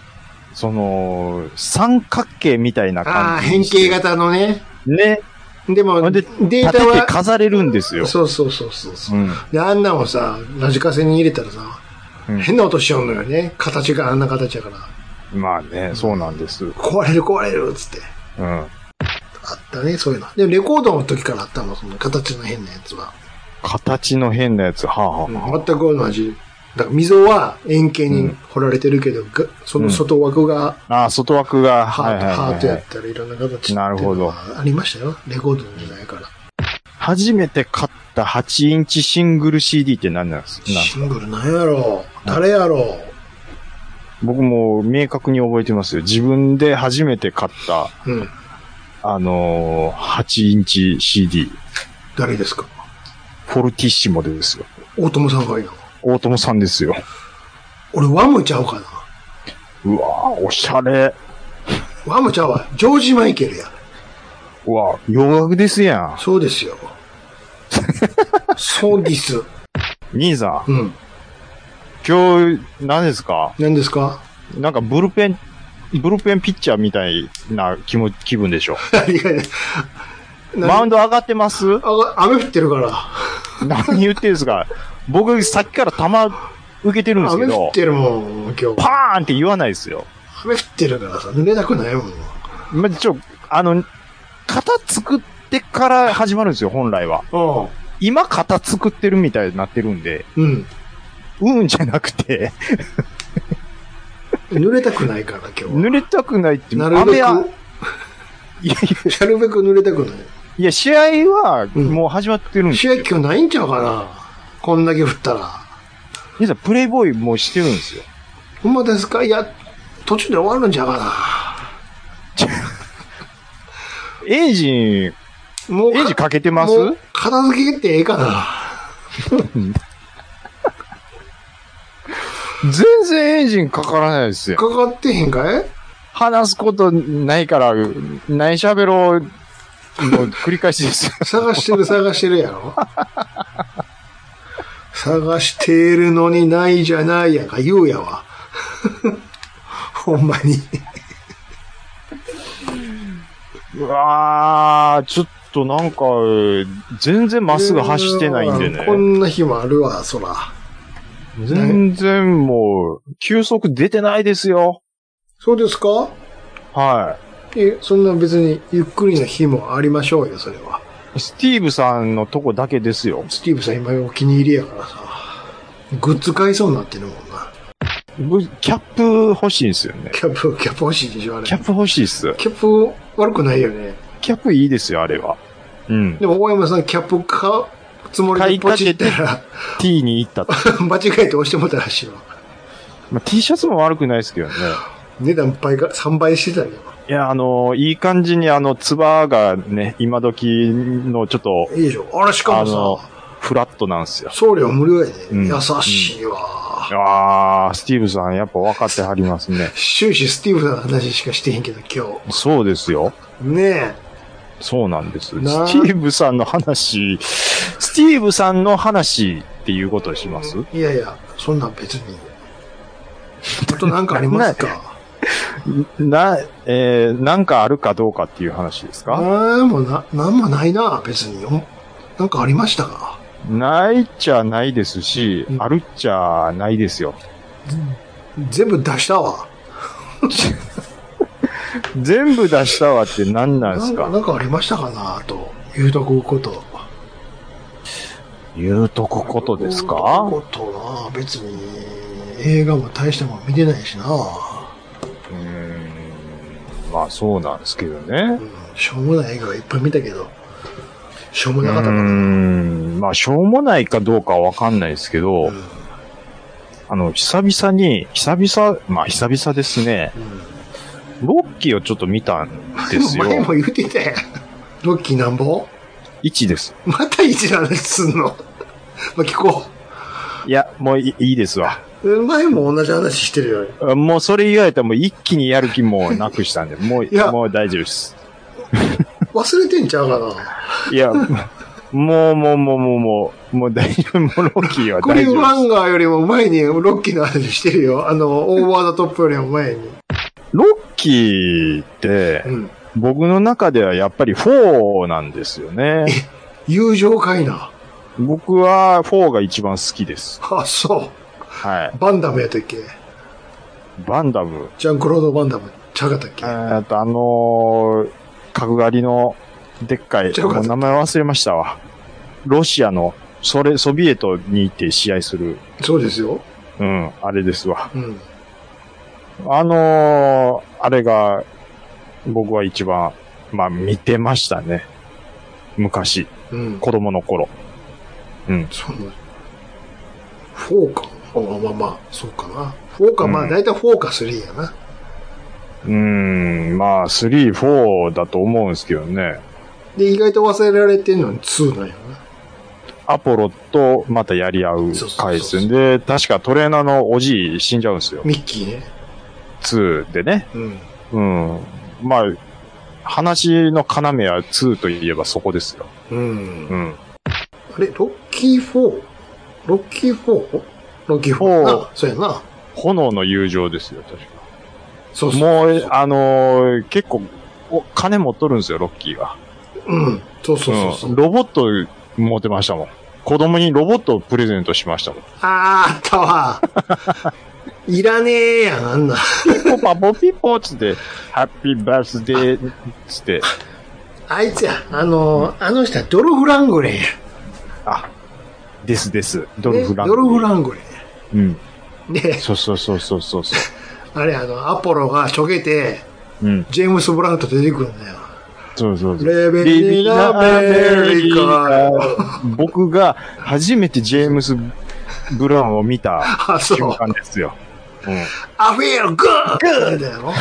三角形みたいな感じ。 変形型のね。 ね。 でも、データは。立てて飾れるんですよ。 そう。で、あんなのさ、ラジカセに入れたらさ、変な音しようのよね。形があんな形やから。 まあね、そうなんです。 壊れる、つって。あったね、そういうの。でもレコードの時からあったの、その形の変なやつは。 形の変なやつ、 全く同じ。だから溝は円形に掘られてるけど、その外枠が、 外枠が、 ハートやったらいろんな形なるほど。 ありましたよ。レコードの時代から。 初めて買った8インチシングル CD って何なんですか？ シングル何やろう？誰やろう？ 僕も明確に覚えてますよ。自分で初めて買った、8インチ CD。 誰ですか？ フォルティッシモですよ。 大友さんがいいの？ 大友さんですよ。 俺、ワムちゃうかな。 うわぁ、おしゃれ。 ワムちゃうわ。ジョージ・マイケルや。 うわぁ、洋楽ですやん。 そうですよ。そうです。 兄さん。今日、何ですか？ 何ですか？ なんかブルペンピッチャーみたいな気分でしょ。マウンド上がってます？ 雨降ってるから。 何言ってるんですか？僕、さっきから球受けてるんですけど。 雨降ってるもん、今日。 パーンって言わないですよ。 雨降ってるからさ、濡れたくないもん。 型作ってから始まるんですよ、本来は。今、型作ってるみたいになってるんで。じゃなくて。 濡れたくないから、今日は。 濡れたくないって、 なるべく。なるべく濡れたくない。 いや、試合は、もう始まってるんですよ。 試合今日ないんちゃうかな？こんだけ降ったら。 皆さん、プレイボーイもうしてるんですよ。 ほんまですか？いや、途中で終わるんちゃうかな。 エイジかけてます？もう片付けてええかな。 全然エンジンかからないですよ。 かかってへんかい？ 話すことないから、何喋ろう、もう繰り返しですよ。 探してるやろ？探してるのにないじゃないやんか言うやわ。ほんまに。 うわー、ちょっとなんか、全然まっすぐ走ってないんでね。 こんな日もあるわ、そら。 全然もう、球速出てないですよ。 そうですか？ はい。 そんな別にゆっくりな日もありましょうよ、それは。 スティーブさんのとこだけですよ。 スティーブさん今お気に入りやからさ。グッズ買いそうになってるもんな。 キャップ欲しいんですよね。 キャップ欲しいでしょ、あれ。 キャップ欲しいっす。 キャップ悪くないよね。 キャップいいですよ、あれは。 でも大山さんキャップ買うつもりでポチったら。 T に行ったと。 間違えて押してもたらしいわ。 T シャツも悪くないですけどね。 値段3倍してたよ。 いや、いい感じにつばがね、今時のちょっと。 いいでしょ。あれしかもさ。 フラットなんですよ。 送料無料やで。優しいわ。 スティーブさんやっぱ分かってはりますね。 終始スティーブさんの話しかしてへんけど、今日。 そうですよ。 ねえ。 そうなんです。スティーブさんの話っていうことにします？ いやいや、そんなん別に。あとなんかありますか？ なんかあるかどうかっていう話ですか？ なんもないな、別に。なんかありましたか？ ないっちゃないですし、あるっちゃないですよ。 全部出したわ。 全部出したわって何なんですか？ なんかありましたかなと言うとくこと。 言うとくことですか？ 言うとくことな。別に映画も大したもん見てないしな。 まあそうなんですけどね。 しょうもない映画はいっぱい見たけど。 しょうもなかったかな。 まあ、しょうもないかどうかはわかんないですけど、久々ですね、ロッキーをちょっと見たんですよ。 前も言ってたやん。ロッキーなんぼ ?1 です。 また1の話すんのまあ、聞こう。いや、もういいですわ。 前も同じ話してるよ。もうそれ言われたらもう一気にやる気もなくしたんで、もう大丈夫です。 忘れてんちゃうかな。 いや、もう大丈夫。もうロッキーは大丈夫です。 クリフハンガーよりも前にロッキーの話してるよ。オーバーザトップよりも前に。 ロッキーって、僕の中ではやっぱり4なんですよね。 友情かいな。 僕は4が一番好きです。 あ、そう。 はい。 バンダムやったっけ？ バンダム。 ジャンクロード・バンダムちゃうかったっけ？ 角刈りのでっかい、もう名前忘れましたわ。ロシアの、ソビエトに行って試合する。 そうですよ。 うん、あれですわ。あれが、僕は一番、まあ見てましたね。昔。子供の頃。 そう。4か。まあ、そうかな。4か、まあ大体4か3やな。 まあ3、4だと思うんですけどね。 で、意外と忘れられてんのに2なんやな。 アポロとまたやり合う回ですんで、確かトレーナーのおじい死んじゃうんですよ。 ミッキーね。 2でね。まあ、話の要は2といえばそこですよ。 あれ、ロッキー 4？ ロッキー 4？ ロッキー4。あ、そうやな。 炎の友情ですよ、確か。 そう。 もう、結構、金持っとるんですよ、ロッキーが。 そう。 ロボット持ってましたもん。子供にロボットをプレゼントしましたもん。 あったわ。いらねえやん、あんな。 ピポパポピポつって、ハッピーバースデーつって。 あいつや、あの人はドルフ・ラングレーや。 あ、です。ドルフ・ラングレー。 ドルフ・ラングレー。で、 そう。 あれ、アポロがちょけて、ジェームス・ブラウンと出てくるんだよ。 そう。 レベルアメリカ。 僕が初めてジェームス・ブラウンを見た瞬間ですよ。 I feel good! だよ。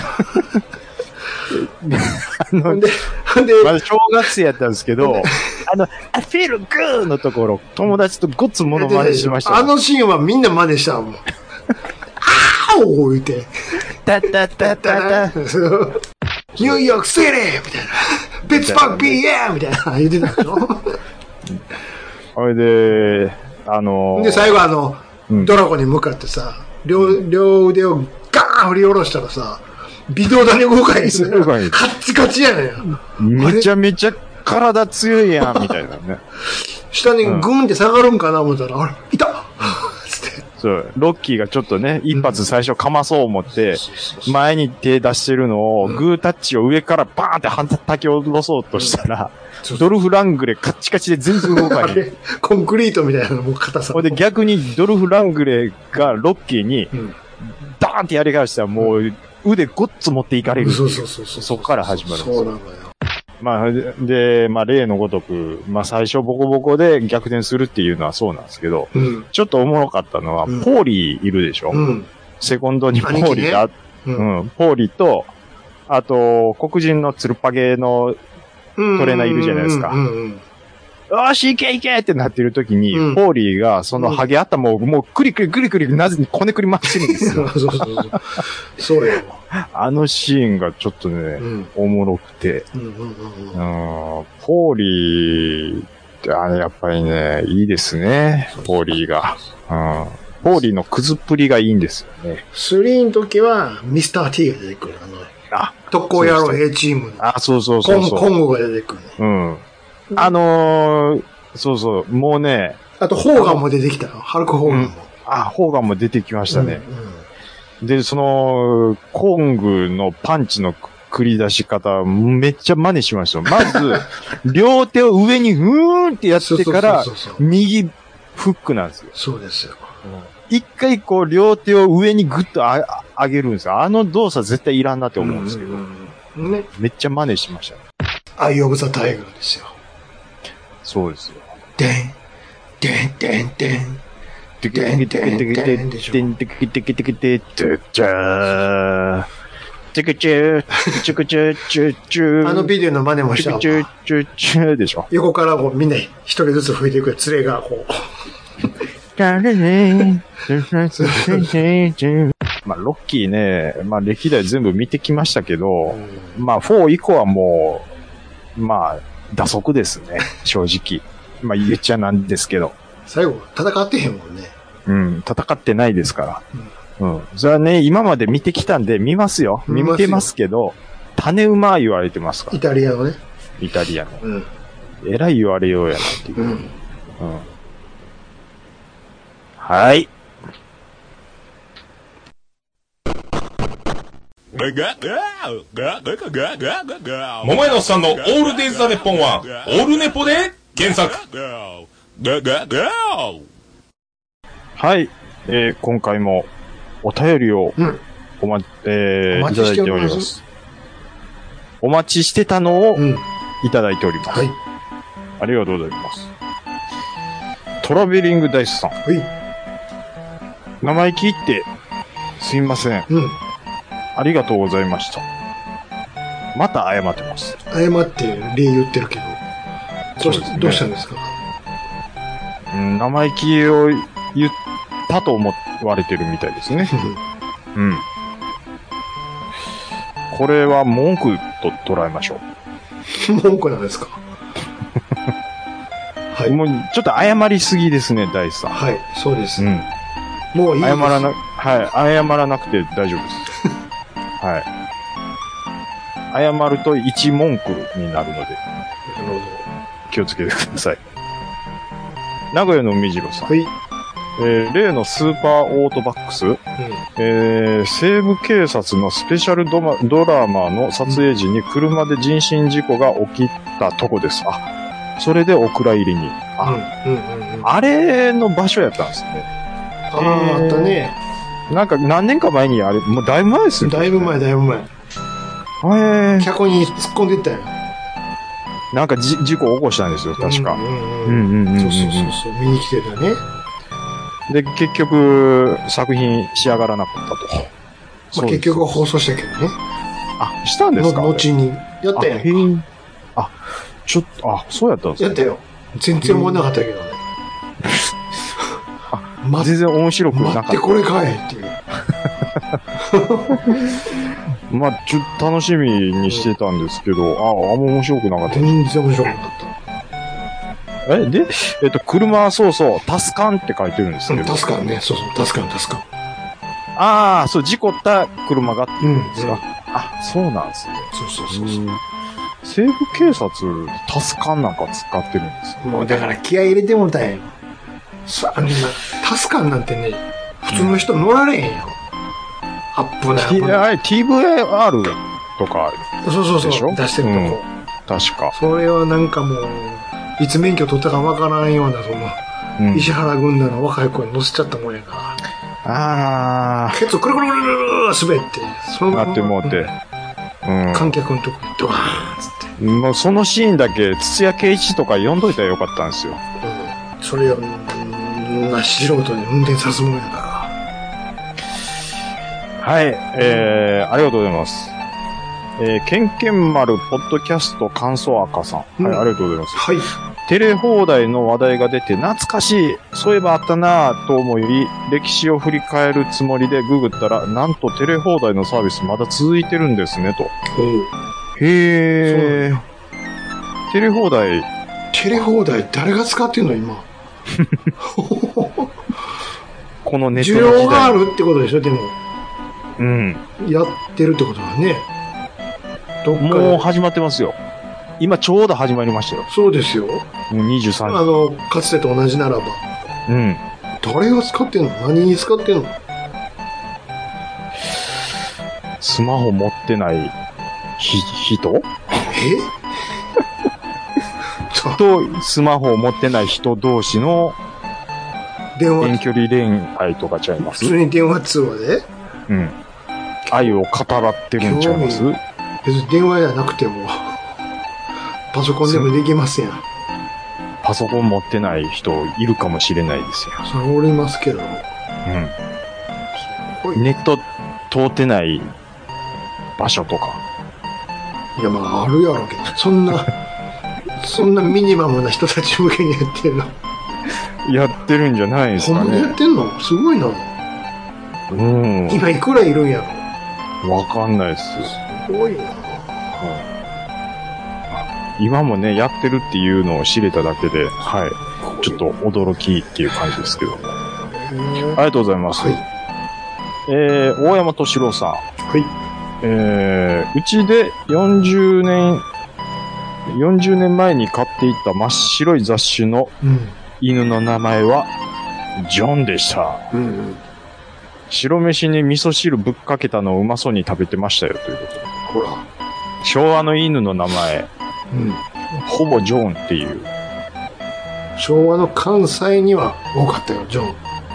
まだ小学生やったんですけど、I feel good! のところ、友達とごっつモノマネしました。 あのシーンはみんな真似したもん。あー言うて。 タッタッタッタッタ。 ニューヨークシティみたいな。ビッツパーク BM! みたいな言ってたでしょ。 それで、 で、最後ドラゴンに向かってさ、両腕をガーン振り下ろしたらさ、微動だに動かへんすよ。カッチカチやねん。 めちゃめちゃ体強いやん、みたいなね。 下にグーンって下がるんかな思ったら、あれ、いたそう、ロッキーがちょっとね、一発最初かまそう思って、前に手出してるのを、グータッチを上からバーンって叩き下ろそうとしたら、ドルフ・ラングレーカッチカチで全然動かない。 コンクリートみたいなのも硬さ。 ほんで逆にドルフ・ラングレーがロッキーに、ダーンってやり返したらもう腕ごっつ持っていかれる。そこから始まるんですよ。そうなんだよ。まあ、で、まあ、例のごとく、まあ、最初ボコボコで逆転するっていうのはそうなんですけど、ちょっとおもろかったのは、ポーリーいるでしょ、セコンドにポーリーが、ポーリーと、あと、黒人のツルパゲのトレーナーいるじゃないですか。よし、行け行けってなってる時に、ポーリーが、そのハゲ頭をもうクリクリ、なぜにこねくり回してるんですよ。 そうよ。 あのシーンがちょっとね、おもろくて、ポーリーって、やっぱりね、いいですね、ポーリーが。ポーリーのくずっぷりがいいんですよね。 3の時は、ミスター T が出てくる。特攻野郎 A チーム。 そう。 コンゴが出てくる。 そう、もうね。 あと、ホーガンも出てきたよ。ハルク・ホーガンも。 ホーガンも出てきましたね。で、コングのパンチの繰り出し方、めっちゃ真似しましたよ。まず、両手を上にふーんってやってから、右フックなんですよ。 そうですよ。 一回こう、両手を上にグッと上げるんですよ。あの動作絶対いらんなって思うんですけど。めっちゃ真似しました。 アイ・オブ・ザ・タイガーですよ。 そうですよ。 でん、でん、でん、でん。でん、でん、でんでしょ。 でん、でん、でん、でん、でん、でん、じゃー。チュクチュー、チュクチュー、チュチュー。 あのビデオの真似もしたわ。 チュクチュー、チュチューでしょ。 横からこうみんな一人ずつ吹いていく連れがこう。 まあ、ロッキーね、まあ、歴代全部見てきましたけど、まあ、4以降はもう、まあ、打足ですね、正直。まあ、言っちゃなんですけど。 最後、戦ってへんもんね。 うん、戦ってないですから。うん。それはね、今まで見てきたんで、見ますよ。見てますけど、種馬言われてますから。 イタリアのね。 イタリアの。 うん。 えらい言われようやなっていう。 うん。 うん。はい。 桃屋のおっさんのオールデイズ・ザ・ネッポンは、オールネポで検索。 はい。今回もお便りをいただいております。お待ちしてたのをいただいております。はい。ありがとうございます。トラベリングダイスさん。はい。生意気言ってすみません。うん。ありがとうございました。また謝ってます。 謝って礼言ってるけど。どうしたんですか？ 生意気を言ったと思われてるみたいですね。うん。これは文句と捉えましょう。文句なんですか？ はい。もうちょっと謝りすぎですね、大地さん。 はい、そうです。うん。もういいです。 謝らなくて大丈夫です。はい。謝ると一文句になるので。なるほど。気をつけてください。名古屋の海次郎さん。はい。例のスーパーオートバックス、西部警察のスペシャルドラマの撮影時に車で人身事故が起きたとこです。あ、それでお蔵入りに。あれの場所やったんですね。 あったね。 なんか何年か前にあれ、もうだいぶ前ですよね。 だいぶ前。客に突っ込んでいったよ。 なんか事故を起こしたんですよ、確か。そう、 見に来てたね。 で、結局、作品仕上がらなかったと。まあ、結局放送したけどね。 あ、したんですか？ 後に。やったやんか。 あ、ちょっと、そうやったんですか？ やったよ。全然思わなかったけどね。 全然面白くなかった。 待ってこれかいっていう。 まあ、ちょっと楽しみにしてたんですけど、あんま面白くなかった。 全然面白くなかった。 で、車、そう、タスカンって書いてるんですけど。 タスカンね、そう、タスカン。 ああ、そう、事故った車がって言うんですか。あ、そうなんですね。 そう。 西部警察、タスカンなんか使ってるんですもうだから気合い入れてもたんや。タスカンなんてね、普通の人乗られへんよ。アップな。 TVR とか。 そう。出してるとこ。 確か。 それはなんかもう、いつ免許取ったかわからんような、石原軍団の若い子に乗せちゃったもんやから。ケツくるくる滑って、 なってもうて。 観客のとこにドカーンつって。 もうそのシーンだけ、土屋圭一とか読んどいたらよかったんですよ。 それを、素人に運転さすもんやから。 はい、ありがとうございます。ケンケン丸ポッドキャスト感想赤さん。はい、ありがとうございます。はい。テレ放題の話題が出て懐かしい。そういえばあったなぁと思い、歴史を振り返るつもりでググったら、なんとテレ放題のサービスまだ続いてるんですね、と。へー。テレ放題誰が使ってんの今。 このネットの時代。需要があるってことでしょ、でも。 うん。 やってるってことだね。 もう始まってますよ。今ちょうど始まりましたよ。 そうですよ。 もう23 時。かつてと同じならば。 うん。 誰が使ってんの？何に使ってんの？ スマホ持ってない人？と、スマホを持ってない人同士の遠距離恋愛とかちゃいます？ 普通に電話通話で？ うん。愛を語らってるんちゃいます？ 別に電話じゃなくても、パソコンでもできますやん。 パソコン持ってない人いるかもしれないですよ。 それおりますけど。 ネット通ってない場所とか。 いや、まあ、あるやろうけど、そんなミニマムな人たち向けにやってんの。 やってるんじゃないですかね。 ほんまにやってんのすごいな。今いくらいるんやろ。 わかんないです。 すごいな。 今もね、やってるっていうのを知れただけで、はい。ちょっと驚きっていう感じですけど。ありがとうございます。はい。大山敏郎さん。はい。うちで40年前に飼っていた真っ白い雑種の犬の名前は、ジョンでした。白飯に味噌汁ぶっかけたのをうまそうに食べてましたよ、ということで。ほら。昭和の犬の名前。ほぼジョンっていう。 昭和の関西には多かったよ、ジョン。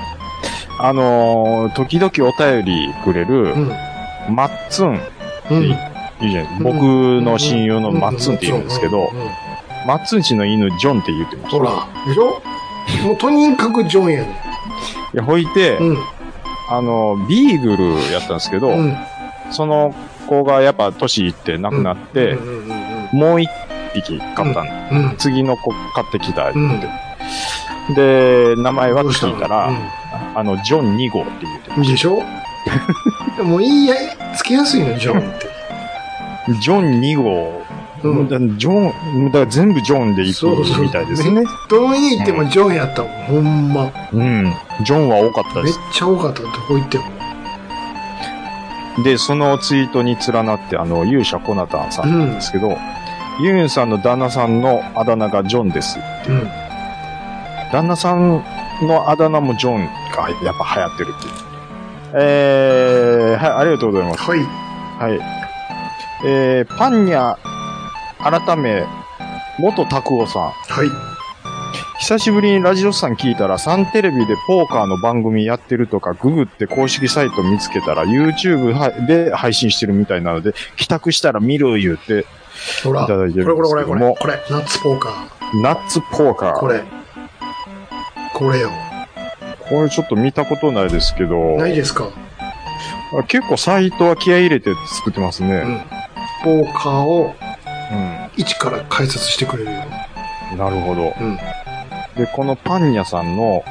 時々お便りくれる、マッツンっていいじゃないですか。僕の親友のマッツンって言うんですけど、マッツンちの犬ジョンって言ってました。 ほら、でしょもうとにかくジョンやねん。いや、ほいて、ビーグルやったんですけど、その子がやっぱ年いって亡くなって、もう一匹買ったん、次の子買ってきたって。で、名前は聞いたら、ジョン2号って言ってました。 でしょもういいや、つけやすいの、ジョンって。 ジョン2号。ジョン、だから全部ジョンで行くみたいですね。 どこに行ってもジョンやったもん、ほんま。 ジョンは多かったです。 めっちゃ多かった、どこ行っても。 で、そのツイートに連なって、勇者コナタンさんなんですけど、ユンさんの旦那さんのあだ名がジョンですって。旦那さんのあだ名もジョンがやっぱ流行ってるっていう。はい、ありがとうございます。 はい。 はい。パンニャ、改め、元拓夫さん。 はい。 久しぶりにラジオさん聞いたら、サンテレビでポーカーの番組やってるとか、ググって公式サイト見つけたら、YouTube で配信してるみたいなので、帰宅したら見る言うて、いただいてるんですけども。 これ、ナッツポーカー。 ナッツポーカー。 これよ。 これちょっと見たことないですけど。 ないですか？ 結構サイトは気合い入れて作ってますね。 ポーカーを、一から解説してくれるよ。 なるほど。で、このパンニャさんの、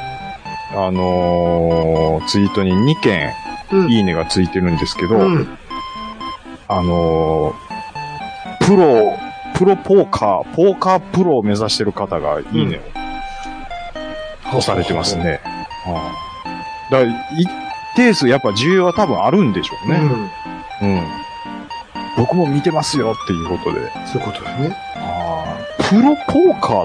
ツイートに2件、いいねがついてるんですけど、プロポーカープロを目指してる方がいいねを押されてますね。だから一定数やっぱ需要は多分あるんでしょうね。僕も見てますよっていうことで。 そういうことだね。 プロポーカーって、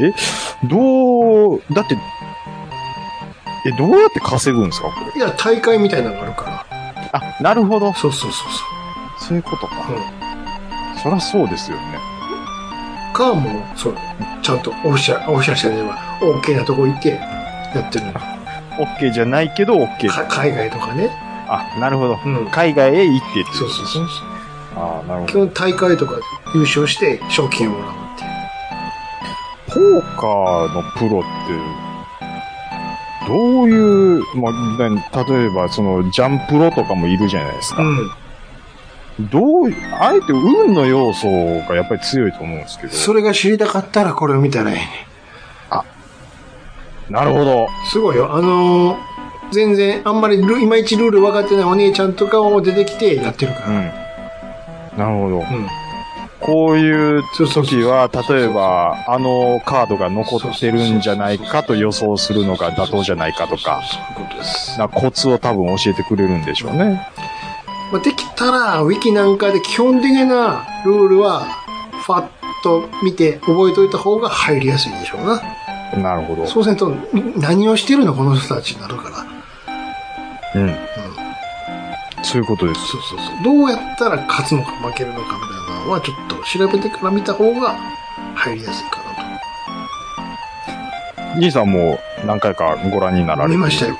だって、どうやって稼ぐんですかこれ。 いや、大会みたいなのがあるから。なるほど。 そう。 そういうことか。そりゃそうですよね。 もう、そう、ちゃんとオフィシャルじゃねえわ。OK なとこ行って、やってるの。 OK じゃないけど OK。 海外とかね。 なるほど。海外へ行ってって。 そう。 なるほど。 基本大会とか優勝して賞金をもらうっていう。 ポーカーのプロって、どういう、例えばそのジャンプロとかもいるじゃないですか。あえて運の要素がやっぱり強いと思うんですけど。 それが知りたかったらこれを見たらいいね。 なるほど。 すごいよ。全然あんまりいまいちルール分かってないお姉ちゃんとかも出てきてやってるから。 なるほど。こういう時は、例えば、カードが残ってるんじゃないかと予想するのが妥当じゃないかとか、 そういうことです。 コツを多分教えてくれるんでしょうね。 できたら、ウィキなんかで基本的なルールは、ファッと見て覚えといた方が入りやすいでしょうな。 なるほど。 そうすると、何をしてるのこの人たちになるから。 そういうことです。 そう。どうやったら勝つのか負けるのかみたいなのは、ちょっと調べてから見た方が入りやすいかなと。 兄さんも何回かご覧になられて。 見ましたよ。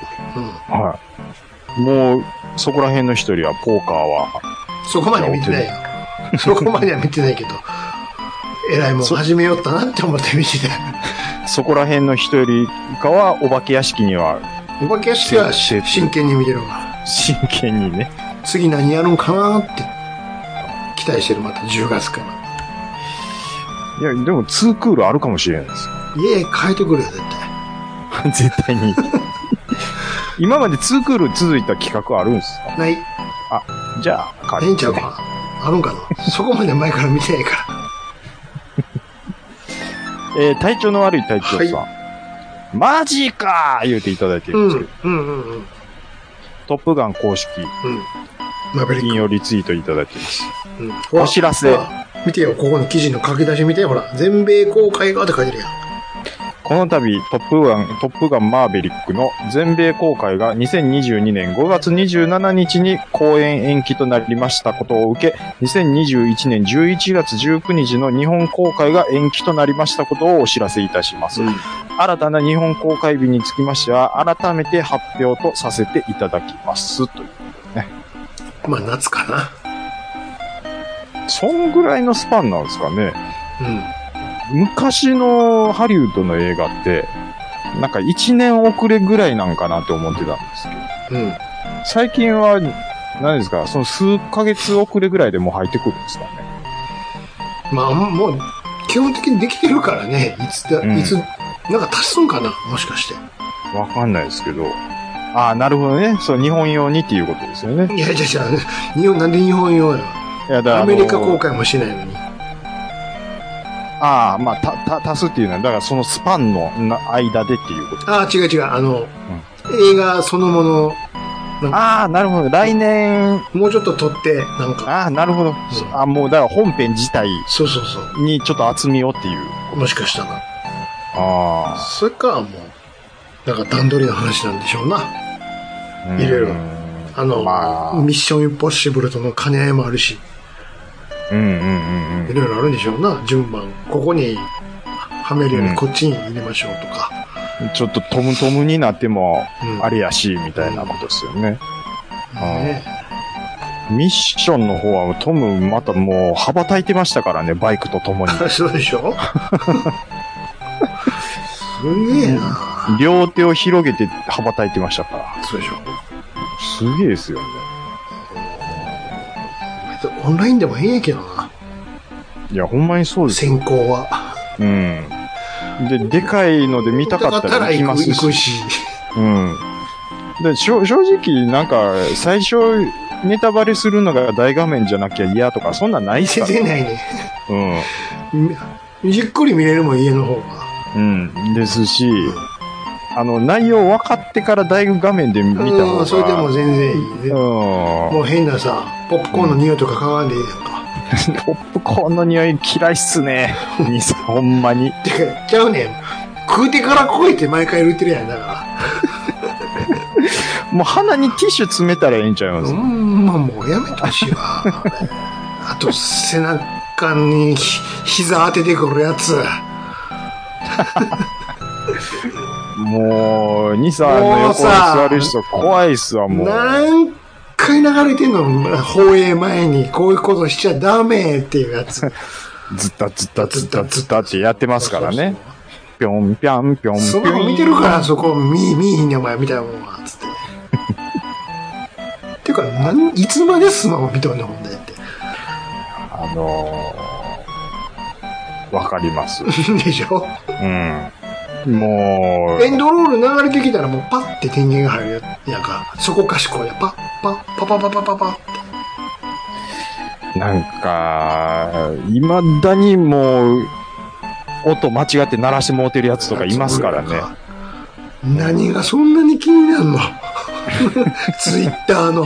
もう、そこら辺の一人は、ポーカーは。 そこまでは見てないよ。そこまでは見てないけど。 えらいもん始めよったなって思って見てて。 そこら辺の人よりかは、お化け屋敷には。 お化け屋敷は真剣に見てるわ。 真剣にね。 次何やるんかなって期待してる、また10月から。 いや、でも2クールあるかもしれないですよ。 家変えてくるよ、絶対。絶対に。今まで2クール続いた企画あるんですか？ ない。 あ、じゃあ、 ないんちゃうかな。あるんかな。そこまで前から見てないから。 体調の悪い隊長さん。はい、マジかー言うていただいてるんですけど。トップガン公式。引用リツイートいただいてます。お知らせ。 見てよ、ここの記事の書き出し見てよ、ほら。全米公開がって書いてるやん。 この度、トップガンマーベリックの全米公開が2022年5月27日に公演延期となりましたことを受け、2021年11月19日の日本公開が延期となりましたことをお知らせいたします。新たな日本公開日につきましては、改めて発表とさせていただきます。ということでね。 まあ、夏かな。 そんぐらいのスパンなんですかね。昔のハリウッドの映画って、なんか1年遅れぐらいなんかなって思ってたんですけど、最近は、何ですか、その数ヶ月遅れぐらいでもう入ってくるんですかね。 まあ、もう、基本的にできてるからね、いつ、なんか足すんかな、もしかして。 わかんないですけど。ああ、なるほどね。そう、日本用にっていうことですよね。 いや、じゃあ、なんで日本用や。いや、アメリカ公開もしないのに。 ああ、まあ、足すっていうのは、だからそのスパンの間でっていうこと。 ああ、違う。映画そのもの。 ああ、なるほど。来年。 もうちょっと撮って、なんか。 ああ、なるほど。あ、もう、だから本編自体。 そう。 にちょっと厚みをっていう。 もしかしたら。ああ。 それか、もう、なんか段取りの話なんでしょうな。いろいろ。まあ、ミッションインポッシブルとの兼ね合いもあるし。いろいろあるんでしょうな、順番。ここにはめるよりこっちに入れましょうとか。 ちょっとトムトムになっても、あれやし、みたいなことですよね。ミッションの方はトムまたもう羽ばたいてましたからね、バイクと共に。 そうでしょすげえな。 両手を広げて羽ばたいてましたから。 そうでしょ。 すげえですよね。 オンラインでもええんやけどな。 いや、ほんまにそうですよ。先行は。 でかいので見たかったら行きますし。 行くし。 で、正直、なんか、最初、ネタバレするのが大画面じゃなきゃ嫌とか、そんなんないっすか？ 全然ないね。じっくり見れるもん、家の方が。 ですし、内容分かってから大画面で見た方が。 それでも全然いいね。もう変なさ、ポップコーンの匂いとか嗅がんでいいやんか。 ポップコーンの匂い嫌いっすね。ほんまに。 てか、ちゃうねん。食うてから来いって毎回言ってるやん、だから。 もう鼻にティッシュ詰めたらええんちゃいます？ まあもうやめてほしいわ。あと、背中に膝当ててくるやつ。 もう、2、3の横に座る人怖いっすわ、もう。 何回流れてんの？放映前にこういうことしちゃダメっていうやつ。 ずったってやってますからね。ぴょんぴょんぴょんぴょん。 そこ見てるから、そこ見いひんねんお前みたいなもんは、つって。てか、いつまでスマホ見とんねん、ほんでって。 わかります。 でしょ？ もう。 エンドロール流れてきたらもうパッて電源が入るやんか。そこかしこや。パって。 なんか、未だにもう、音間違って鳴らしてもうてるやつとかいますからね。 何がそんなに気になるの？ツイッターの。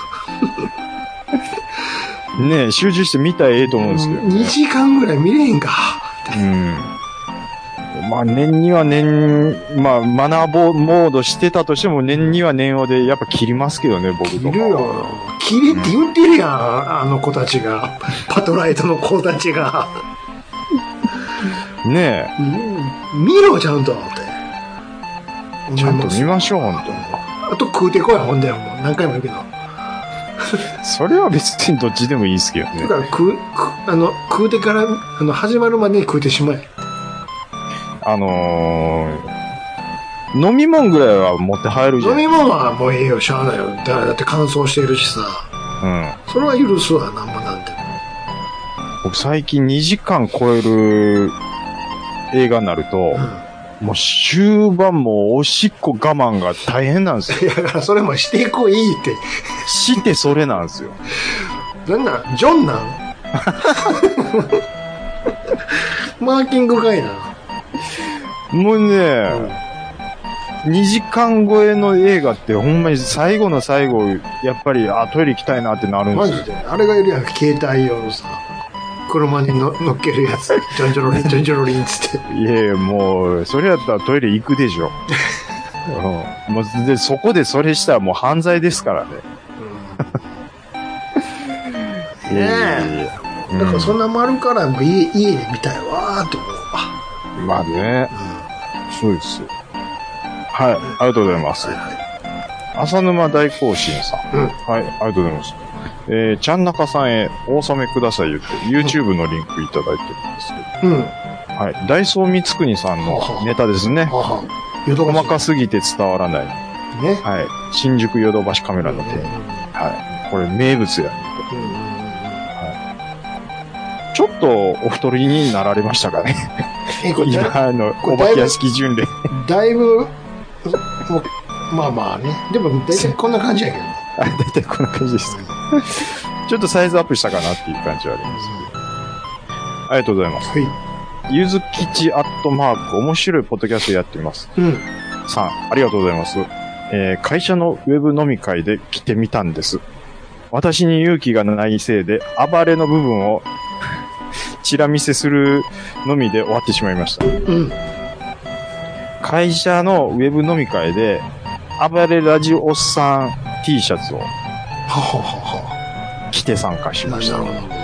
ねえ、集中して見たらええと思うんですけど、ね。 2時間ぐらい見れへんか。 まあ年にはまあマナーモードしてたとしても年には年をでやっぱ切りますけどね、僕とか。 切るよ。切れって言ってるやん、あの子たちが。パトライトの子たちが。 ねえ。 見ろ、ちゃんとって。 ちゃんと見ましょう、ほんとに。 あと食うてこい、ほんで、もう何回も言うけど。 それは別にどっちでもいいですけどね。 だから食うてから、始まるまでに食うてしまえ。 飲み物ぐらいは持って入るじゃん。 飲み物はもうええよ、しゃあないよ。だって乾燥してるしさ。 うん。 それは許すわ、なんもなんでも。 僕最近2時間超える映画になると、もう終盤もおしっこ我慢が大変なんですよ。 いや、だからそれもしていこういいって。 してそれなんですよ。 なんなんジョンなんマーキングかいな。 もうね、2時間超えの映画ってほんまに最後の最後、やっぱり、トイレ行きたいなってなるんですよ。 マジであれがいるやん、携帯用のさ。車に乗っけるやつ。ジョンジョロリン、ジョンジョロリンつって。 いやいや、もう、それやったらトイレ行くでしょ。もうで、そこでそれしたらもう犯罪ですからね。 ねえ。だからそんなもあるから、もう家で見たいわーって思うわ。 まあね。そうですよ。はい、ありがとうございます。浅沼大行進さん。はい、ありがとうございます。ちゃんなかさんへお納めください言って、YouTube のリンクいただいてるんですけど。はい。ダイソー三国さんのネタですね。細かすぎて伝わらない。ね。はい。新宿ヨドバシカメラの店員。はい。これ名物や。はい。ちょっとお太りになられましたかね。今お化け屋敷巡礼。 だいぶ、まあまあね。でも大体こんな感じやけど。 大体こんな感じです。ちょっとサイズアップしたかなっていう感じはありますけど。ありがとうございます。はい。ゆずきち@面白いポッドキャストやってます。さん、ありがとうございます。会社のウェブ飲み会で来てみたんです。私に勇気がないせいで、暴れの部分をチラ見せするのみで終わってしまいました。会社のウェブ飲み会で、暴れラジオおっさんT シャツを着て参加しました。はい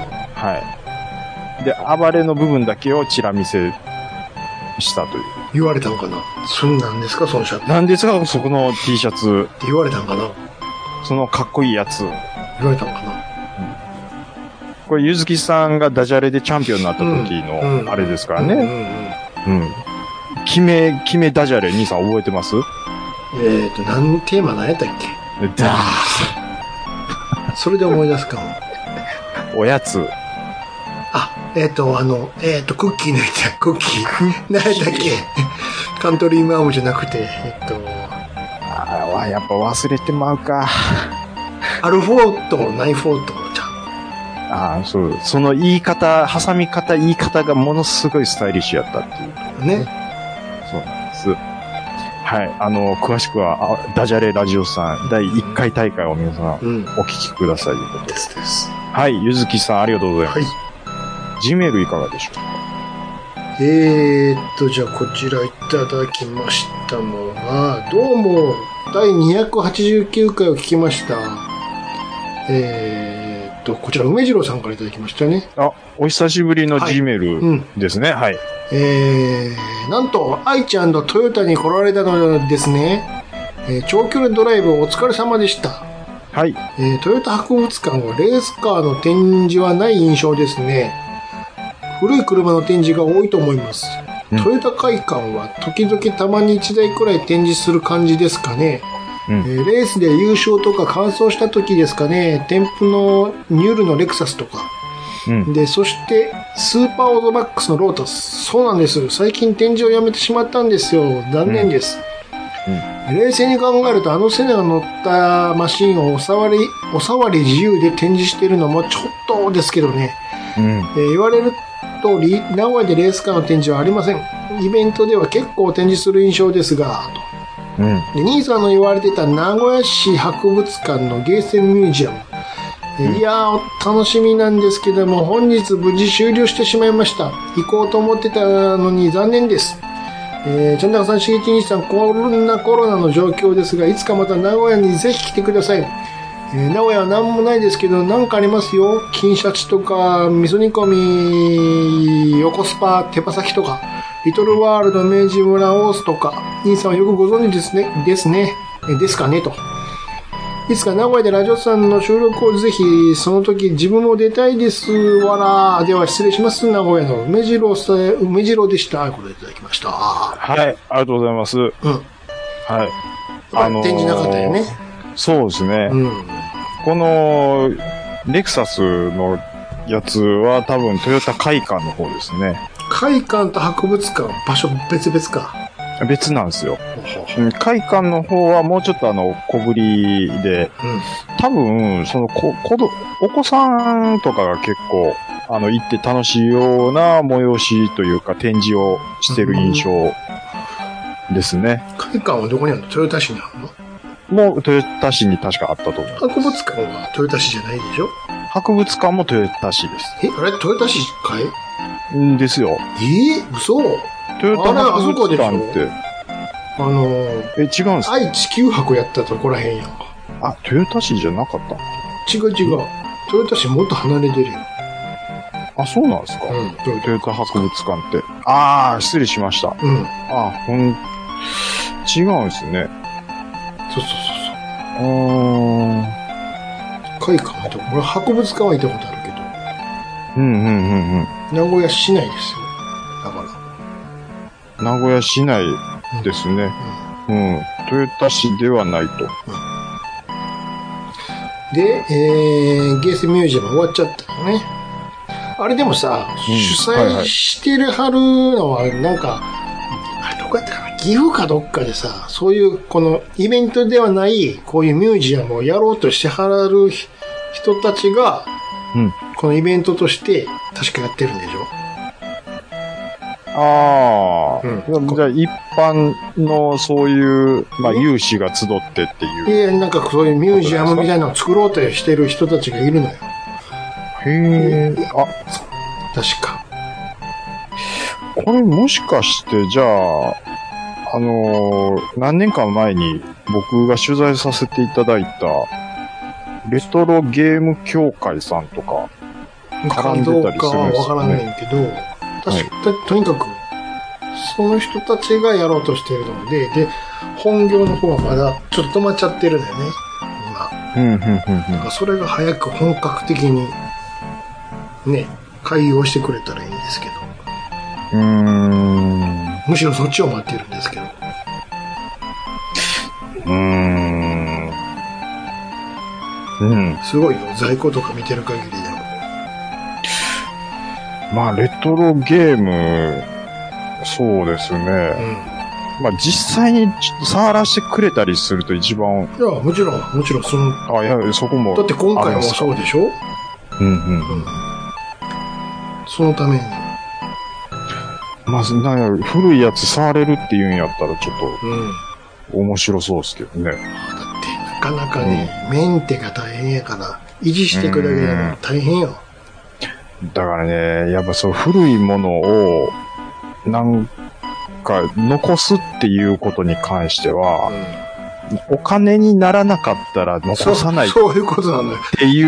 。で、暴れの部分だけをチラ見せしたという。 言われたのかな？そんなんですか、そのシャツ。 なんですか、そこの T シャツ。 って言われたのかな？ そのかっこいいやつ。 言われたのかな？ これ、ゆずきさんがダジャレでチャンピオンになった時の、あれですからね。決めダジャレ、兄さん覚えてます？テーマ何やったっけ？それで思い出すかも。 おやつ。 クッキーのやつ、クッキー。何やったっけ？カントリーマームじゃなくて、 やっぱ忘れてまうか。 アルフォート、ナイフォートじゃん。 そう。その言い方がものすごいスタイリッシュやったっていう。 ね。 そうなんです。はい。詳しくは、ダジャレラジオさん、第1回大会を皆さん、お聞きください。 です。 はい。ゆずきさん、ありがとうございます。はい。G メールいかがでしょうか？ じゃあこちらいただきましたのが、どうも、第289回を聞きました。こちら、梅次郎さんからいただきましたね。 お久しぶりの G メールですね。はい。 なんと、愛知&トヨタに来られたのですね。長距離ドライブお疲れ様でした。 はい。 トヨタ博物館はレースカーの展示はない印象ですね。古い車の展示が多いと思います。トヨタ会館は時々たまに1台くらい展示する感じですかね。レースで優勝とか完走した時ですかね。添付のニュールのレクサスとか。で、そして、スーパーオートバックスのロータス。そうなんです。最近展示をやめてしまったんですよ。残念です。冷静に考えると、セナが乗ったマシンをお触り自由で展示しているのもちょっとですけどね。言われる通り、名古屋でレースカーの展示はありません。イベントでは結構展示する印象ですが、で兄さんの言われてた名古屋市博物館のゲーセンミュージアム。いやー、楽しみなんですけども、本日無事終了してしまいました。行こうと思ってたのに残念です。ちゃんなかさん、しげち兄さん、コロナの状況ですが、いつかまた名古屋にぜひ来てください。名古屋は何もないですけど、なんかありますよ。金シャチとか、味噌煮込み、横スパ、手羽先とか、リトルワールド、明治村、オースとか、兄さんはよくご存知ですかねと。 いつか名古屋でラジオさんの収録をぜひ、その時自分も出たいです。わら。では失礼します。名古屋の梅次郎でした。これいただきました。 はい、ありがとうございます。うん。はい。 展示なかったよね。 そうですね。うん。この、レクサスのやつは多分トヨタ会館の方ですね。 会館と博物館、場所別々か。 別なんですよ。会館の方はもうちょっと小ぶりで、多分、お子さんとかが結構、行って楽しいような催しというか展示をしてる印象ですね。 会館はどこにあるの？豊田市にあるの？ もう豊田市に確かあったと思う。 博物館は豊田市じゃないでしょ？ 博物館も豊田市です。 あれ豊田市かい？ んですよ。 嘘？ 豊田博物館って。 違うんですか？愛・地球博やったとこらへんやんか。 あ、豊田市じゃなかった？ 違う。豊田市もっと離れてるよ。 あ、そうなんですか？うん。豊田博物館って。ああ、失礼しました。うん。違うんですね。 そう。会館は俺博物館は行ったことあるけど。名古屋市内ですよ。だから。 名古屋市内ですね。豊田市ではないと。 で、ゲーセンミュージアム終わっちゃったよね。あれでもさ、主催してるはるのは、なんか、あれどこやったかな、岐阜かどっかでさ、そういう、このイベントではない、こういうミュージアムをやろうとしてはらる人たちが、このイベントとして、確かやってるんでしょ？ ああ、じゃあ一般のそういう、有志が集ってっていう。 いや、なんかそういうミュージアムみたいなのを作ろうとしてる人たちがいるのよ。 へえ。 確か。 これもしかして、じゃあ、何年間前に僕が取材させていただいた、レトロゲーム協会さんとか、絡んでたりするんですよね。 わからないけど、とにかく、その人たちがやろうとしているので、本業の方はまだちょっと止まっちゃってるんだよね、今。だからそれが早く本格的に、ね、開業してくれたらいいんですけど。むしろそっちを待ってるんですけど。すごいよ、在庫とか見てる限りでも。 レトロゲーム、そうですね。実際に触らせてくれたりすると一番。 いや、もちろん、 そこも。 だって今回もそうでしょ？そのために。 古いやつ触れるっていうんやったらちょっと、面白そうですけどね。 だって、なかなかね、メンテが大変やから、維持していくだけでも大変よ。 だからね、やっぱそう古いものを、なんか残すっていうことに関しては、お金にならなかったら残さない。 そういうことなんだよ。 っていう、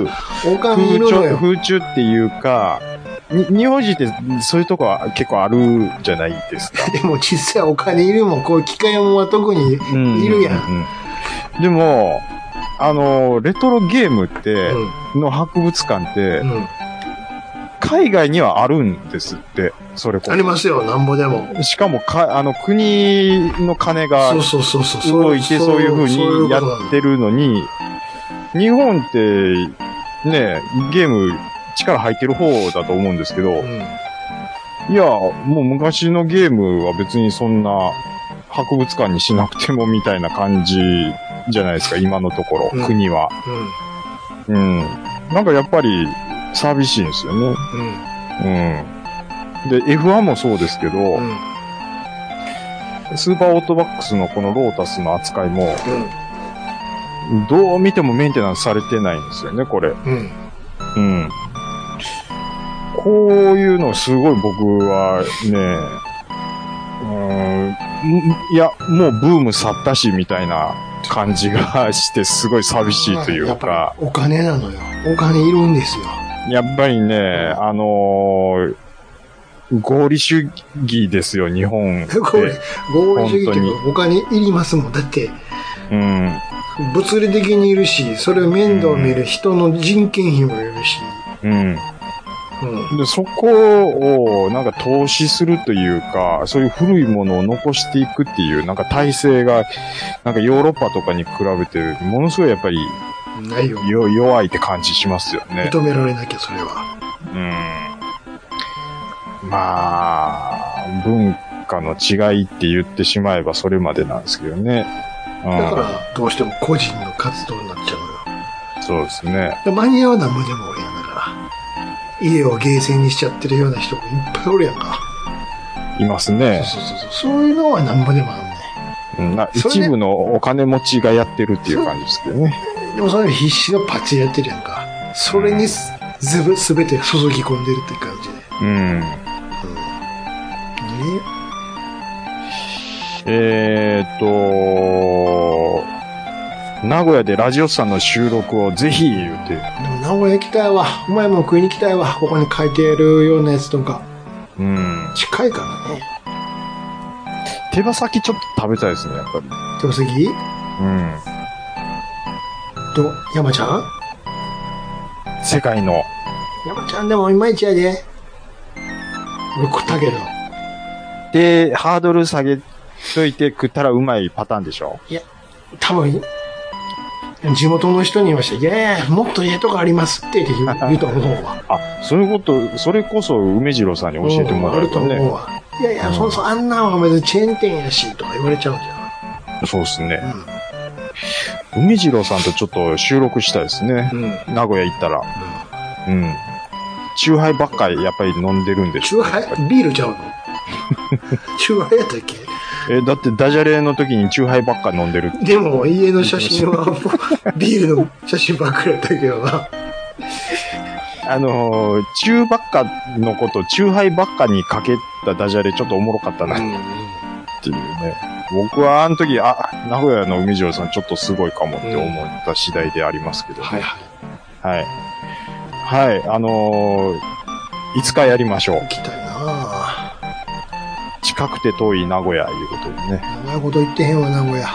お金いるのよ。 風潮っていうか、日本人ってそういうとこは結構あるじゃないですか。 でも実際お金いるもん、こういう機械もは特にいるやん。 でも、レトロゲームって、の博物館って、海外にはあるんですって、それこそ。 ありますよ、なんぼでも。 しかも国の金が動いてそういう風にやってるのに、日本って、ね、ゲーム力入ってる方だと思うんですけど、いや、もう昔のゲームは別にそんな博物館にしなくてもみたいな感じじゃないですか、今のところ、国は。なんかやっぱり、寂しいんですよね。で、F1 もそうですけど、スーパーオートバックスのこのロータスの扱いも、どう見てもメンテナンスされてないんですよね、これ。こういうのすごい僕はね、いや、もうブーム去ったし、みたいな感じがしてすごい寂しいというか。 お金なのよ。お金いるんですよ。 やっぱりね、合理主義ですよ、日本って。 合理主義ってお金いりますもん。だって、 物理的にいるし、それを面倒見る人の人件費もいるし。 うん。で、そこを、なんか投資するというか、そういう古いものを残していくっていう、なんか体制が、なんかヨーロッパとかに比べて、ものすごいやっぱり、 ないよ。 弱いって感じしますよね。 認められなきゃ、それは。 まあ、文化の違いって言ってしまえばそれまでなんですけどね。 だから、どうしても個人の活動になっちゃうのよ。 そうですね。 間に合わないもんでも俺やんだから。家をゲーセンにしちゃってるような人もいっぱいおるやんか。 いますね。 そういうのはなんぼでもあるね。 一部のお金持ちがやってるっていう感じですけどね。 でもそれ必死のパチやってるやんか。それにすべて注ぎ込んでるって感じで。名古屋でラジオさんの収録をぜひ言うて。 でも名古屋行きたいわ。お前も食いに行きたいわ。ここに書いてるようなやつとか。近いからね。 手羽先ちょっと食べたいですね、やっぱり。 手羽先？山ちゃん？ 世界の。 山ちゃんでもいまいちやで。俺食ったけど。 で、ハードル下げといて食ったらうまいパターンでしょ？ いや、多分、地元の人に言いました。いやいや、もっとええとこありますって言うと思うわ。 そういうこと、それこそ梅次郎さんに教えてもらうとね。あると思うわ。 いやいや、あんなんは別にチェーン店やし、とか言われちゃうんじゃん。 そうですね。梅次郎さんとちょっと収録したいですね。名古屋行ったら。チューハイばっかりやっぱり飲んでるんでしょ。 チューハイ？ビールちゃうの？チューハイやったっけ？ だってダジャレの時にチューハイばっか飲んでる。 でも家の写真はビールの写真ばっかりやったけどな。 チューばっかのこと、チューハイばっかにかけたダジャレちょっとおもろかったなっていうね。僕はあの時、名古屋の海城さんちょっとすごいかもって思った次第でありますけど、ね。はい。いつかやりましょう。 行きたいな。 近くて遠い名古屋いうことでね。 名古屋こと言ってへんわ、名古屋。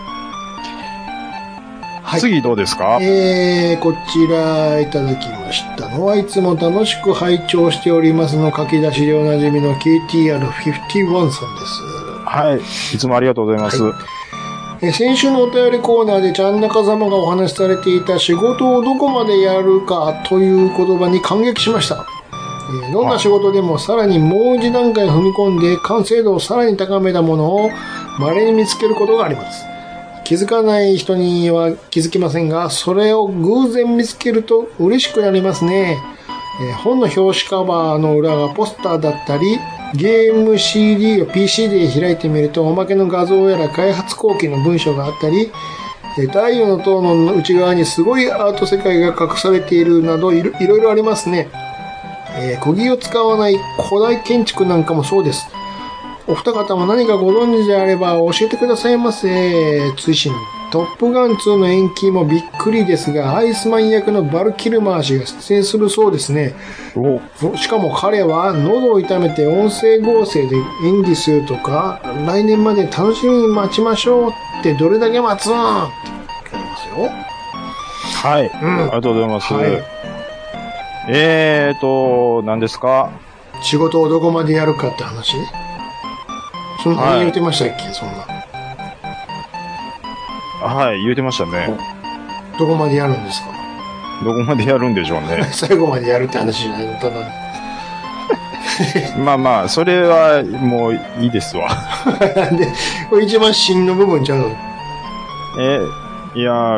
次どうですか？ こちらいただきましたのはいつも楽しく拝聴しておりますの書き出しでおなじみの KTR51 さんです。 はい。いつもありがとうございます。 先週のお便りコーナーでちゃん中様がお話しされていた仕事をどこまでやるかという言葉に感激しました。どんな仕事でもさらにもう一段階踏み込んで完成度をさらに高めたものを稀に見つけることがあります。気づかない人には気づきませんが、それを偶然見つけると嬉しくなりますね。本の表紙カバーの裏がポスターだったり、ゲーム CD を PC で開いてみるとおまけの画像やら開発後期の文章があったり、太陽の塔の内側にすごいアート世界が隠されているなどいろいろありますね。釘を使わない古代建築なんかもそうです。お二方も何かご存知であれば教えてくださいませ。追伸トップガン2の延期もびっくりですが、アイスマン役のバル・キルマー氏が出演するそうですね。しかも彼は喉を痛めて音声合成で演技するとか、来年まで楽しみに待ちましょうってどれだけ待つんって書いてますよ。 はい、ありがとうございます。何ですか？ 仕事をどこまでやるかって話？そんなに言うてましたっけ、そんな。はい、 言うてましたね。 どこまでやるんですか？ どこまでやるるんでしょうね。 最後までやるって話じゃないの、ただ。 まあまあ、それはもういいですわ。 で、これ一番芯の部分ちゃうの？ いや、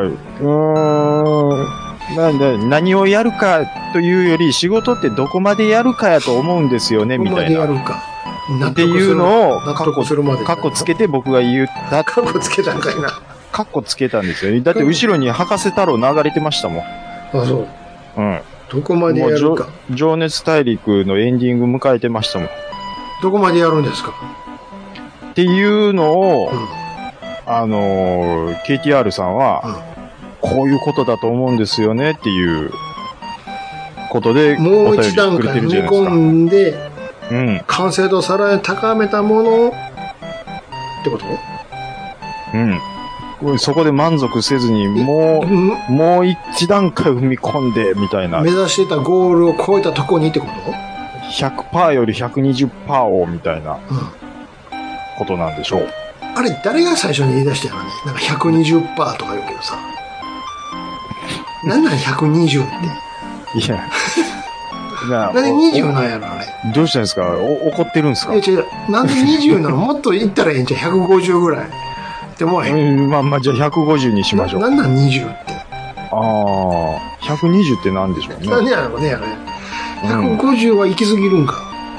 何をやるかというより、仕事ってどこまでやるかやと思うんですよね、みたいな。 どこまでやるか。 っていうのを、 カッコするまで。 カッコつけて僕が言った。 カッコつけたんかいな。 カッコつけたんですよ。だって後ろに博士太郎流れてましたもん。 そう。どこまでやるか。 情熱大陸のエンディング迎えてましたもん。 どこまでやるんですか？ っていうのを、KTR さんは、こういうことだと思うんですよねっていうことで、 もう一段階踏み込んで、完成度をさらに高めたものってこと？ そこで満足せずに、もう一段階踏み込んで、みたいな。 目指してたゴールを超えたとこにってこと ?100% より 120% を、みたいな、ことなんでしょう。 あれ、誰が最初に言い出したよね。なんか 120% とか言うけどさ。なんなん120って。 いや。 なんで20なんやろ、あれ。 どうしたんですか？怒ってるんですか？ いや違う。なんで20なの？もっと言ったらええんちゃう？ 150 ぐらい。でも、 まあ、じゃあ150にしましょう。 なんなん20って。 ああ、120って何でしょうね。 何やろうね、あれ。150は行き過ぎるんか。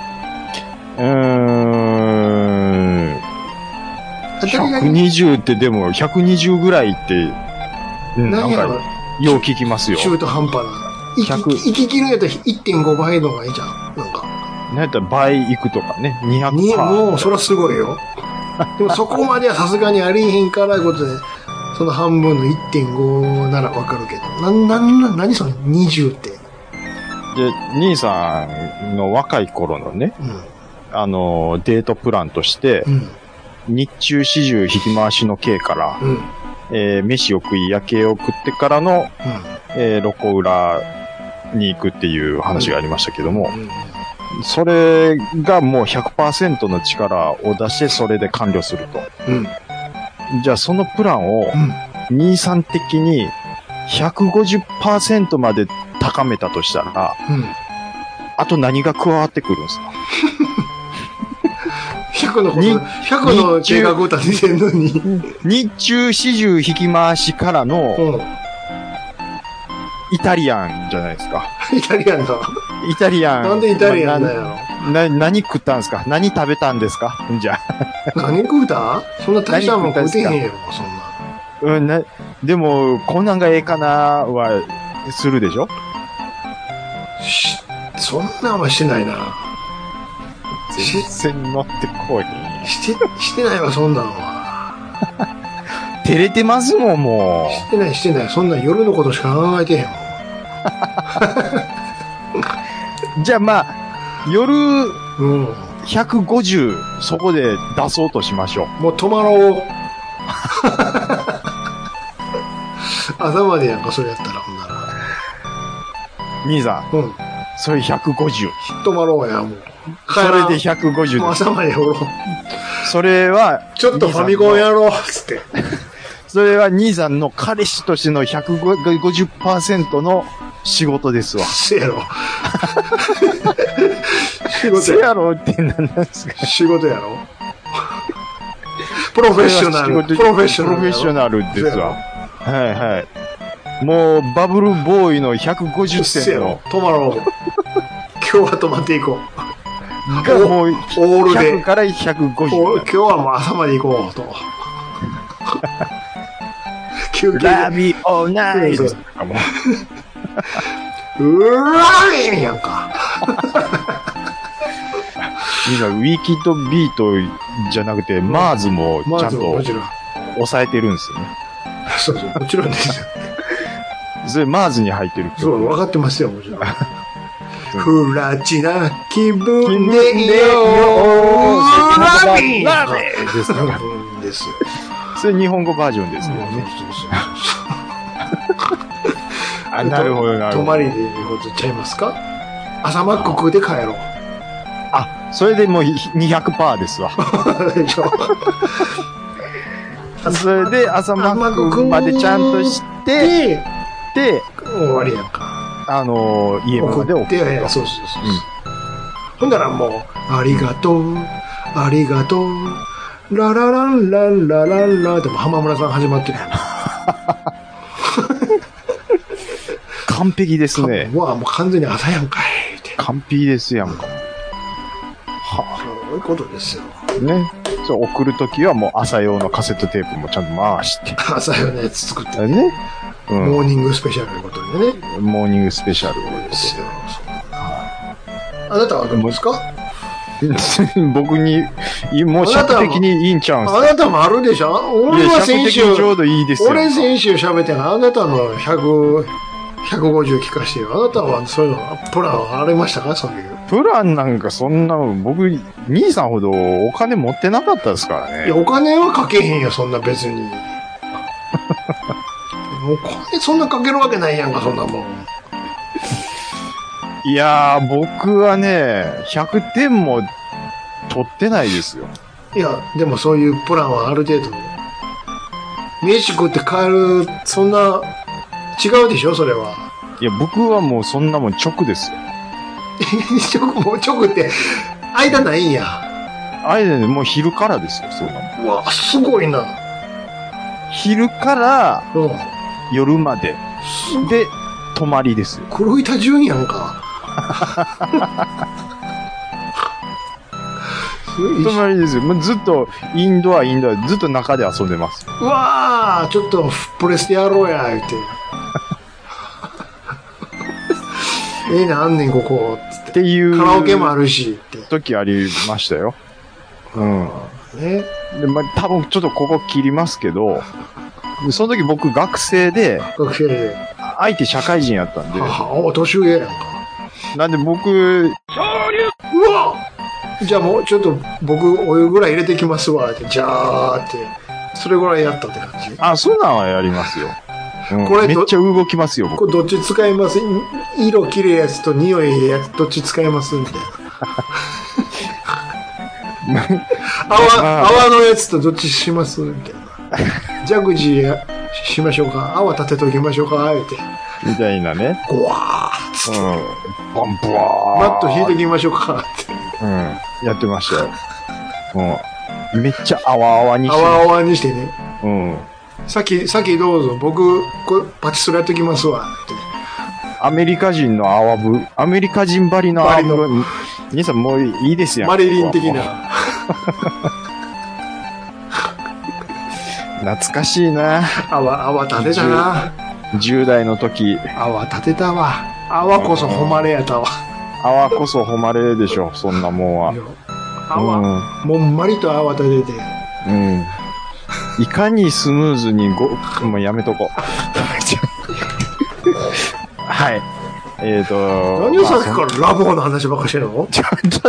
120ってでも、120ぐらいって、なんか、よう聞きますよ。 中途半端な。行き切るんやったら 1.5 倍の方がいいじゃん。なんか。 なんやったら倍いくとかね。200%。 もう、そらすごいよ。でもそこまではさすがにありえへんからいうことで、その半分の 1.5 ならわかるけど。何その20って。 で、兄さんの若い頃のね、デートプランとして、日中始終引き回しの刑から、飯を食い、夜景を食ってからの、ロコ浦に行くっていう話がありましたけども、それがもう 100% の力を出してそれで完了すると。じゃあそのプランを、兄さん的に 150% まで高めたとしたら、あと何が加わってくるんですか 100の計画を立ててんのに。 日中始終引き回しからの、イタリアンじゃないですか。 イタリアンだ。 イタリアン。 なんでイタリアンだよ。 何食ったんですか？何食べたんですか？じゃあ。 何食うた？そんな大したもん食うてへんよ、そんな。 でも、こんなんがええかなは、するでしょ？ そんなんはしてないな。 全然乗ってこい。 してないわ、そんなんは。 照れてますもん、もう。してない。そんな夜のことしか考えてへんもん。じゃあまあ、夜、150、そこで出そうとしましょう。 もう止まろう。朝までやんか、それやったら、ほんなら。 兄さん。それ150。 止まろうや、もう。 それで150です。 朝までおろう。 それは、 ちょっとファミコンやろう、つって。 それは兄さんの彼氏としての 150% の仕事ですわ。 せやろ。 仕事せやろって何なんですか？ 仕事やろ。プロフェッショナルですわ。はいはい。もう、バブルボーイの150点の。 止まろう。今日は止まっていこう。 がもう、 オールで。 100から150。 今日はもう朝まで行こうと。 休憩。ラビオーナイト。 うらーやんか。 今、ウィキッドビートじゃなくて、マーズもちゃんと抑えてるんですよね。 そうそう、もちろんですよ。 それ、マーズに入ってる。 そう、分かってますよ、もちろん。フラチな気分でいようラビーですから。 ですよ。 それ日本語バージョンですよね。あ、なるほど、なるほど。 泊まりでいうことちゃいますか？朝マック食うて帰ろう。 あ、それでもう 200% ですわ。 でしょ。 それで朝マックまでちゃんとして、で、 終わりやんか。 家まで送って。 そう。ほんだらもう、ありがとう、ありがとう、ララランランラランラでも浜村さん始まってるやん。 完璧ですね。 うわ、もう完全に朝やんかい。 完璧ですやんか。 そういうことですよ。 ね。そう、送るときはもう朝用のカセットテープもちゃんと回して。 朝用のやつ作って。 ね。 モーニングスペシャルということでね。 モーニングスペシャルですよ。あなたはどうですか？ 僕に、もう尺的にいいんちゃうんすか？ あなたもあるでしょ？俺は先週、 ちょうどいいですよ。 俺先週喋ってあなたの150聞かしてよ。あなたはそういうの、プランありましたか？そういう。 プランなんかそんな、僕、兄さんほどお金持ってなかったですからね。 いや、お金はかけへんよ、そんな別に。 もうこれそんなかけるわけないやんか、そんなもん。 いやー、僕はね、100点も取ってないですよ。 いや、でもそういうプランはある程度。飯食って帰る、そんな、違うでしょ、それは。 いや、僕はもうそんなもん直ですよ。 もう直って、間ないんや。 あれね、もう昼からですよ、そんなもん。 うわ、すごいな。 昼から夜まで。で、泊まりですよ。 黒板順やんか。 泊まりですよ。もうずっとインドア、ずっと中で遊んでます。 うわー、ちょっとプレステやろうや、言って。あんねん、ここ、つって。 っていう。 カラオケもあるし、って。 時ありましたよ。うん。 ね。 で、まあ、多分ちょっとここ切りますけど、その時僕学生で、相手社会人やったんで。 年上やんか。 なんで僕、 うわじゃあもうちょっと僕お湯ぐらい入れてきますわ、って、じゃーって。それぐらいやったって感じ。 あ、そんなんはやりますよ。うん、 これめっちゃ動きますよ、僕。 これどっち使います？色綺麗やつと匂いいやつどっち使いますみたいな。泡のやつとどっちしますみたいな。ジャグジーしましょうか、泡立てときましょうか、あえて。 みたいなね。 ゴワーっつって。 バンブワー。 マット引いてきましょうか、って。 うん。やってましたよ。うん。めっちゃ泡にして。 泡にしてね。 うん。 さっきどうぞ。僕、これパチスロやっときますわ、って。 アメリカ人のアメリカ人ばりの泡ぶ。皆さんもういいですよ。 マリリン的な。 懐かしいな。 泡立てたな。 10代の時。 泡立てたわ。泡こそ誉れやったわ。 泡こそ誉れでしょ、そんなもんは。 もんまりと泡立てて。 うん。いかにスムーズにもうやめとこう。はい。 何をさっきからラボの話ばっかしてるの？ だって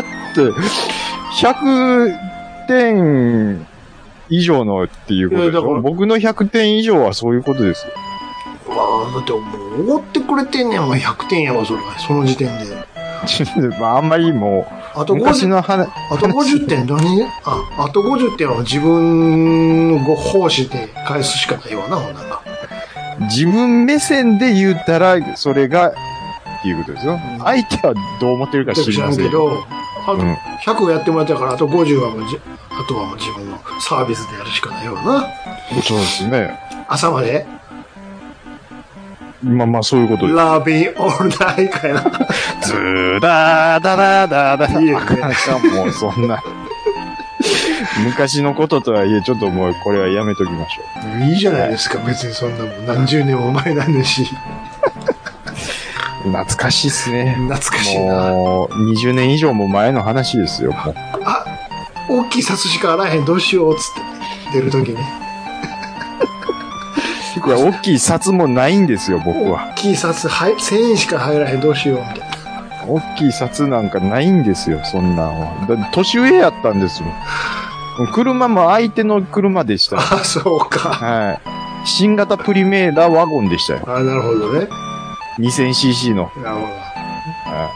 、100点以上のっていうことでしょ？僕の100点以上はそういうことですよ。 だってもう、おごってくれてんねん、100点やわ、その時点で。 まあ、あんまりもう、あと 50点あと50点は自分のご奉仕で返すしかないわな、ほんなら。 自分目線で言ったら、それが、っていうことですよ。相手はどう思ってるか知りませんけど、100やってもらったから、あと50はあとはもう自分のサービスでやるしかないわな。 そうですね。 朝までまあそういうことです。 ラビーオールダイかやな。 ズーダーダダダダダ。いいですね。もうそんな。昔のこととはいえ、ちょっともうこれはやめときましょう。いいじゃないですか、別にそんなもん。何十年も前なんですし。 懐かしいっすね。 懐かしいな。 もう20年以上も前の話ですよ、もう。 大きい札しかあらへん、どうしよう、つって、出るときに。 いや、大きい札もないんですよ、僕は。 大きい札、1000円しか入らへん、どうしよう、みたいな。 大きい札なんかないんですよ、そんなんは。だって年上やったんですよ。車も相手の車でした。 あ、そうか。 はい。新型プリメーラワゴンでしたよ。 あ、なるほどね。 2000cc の。 なるほど。 はい。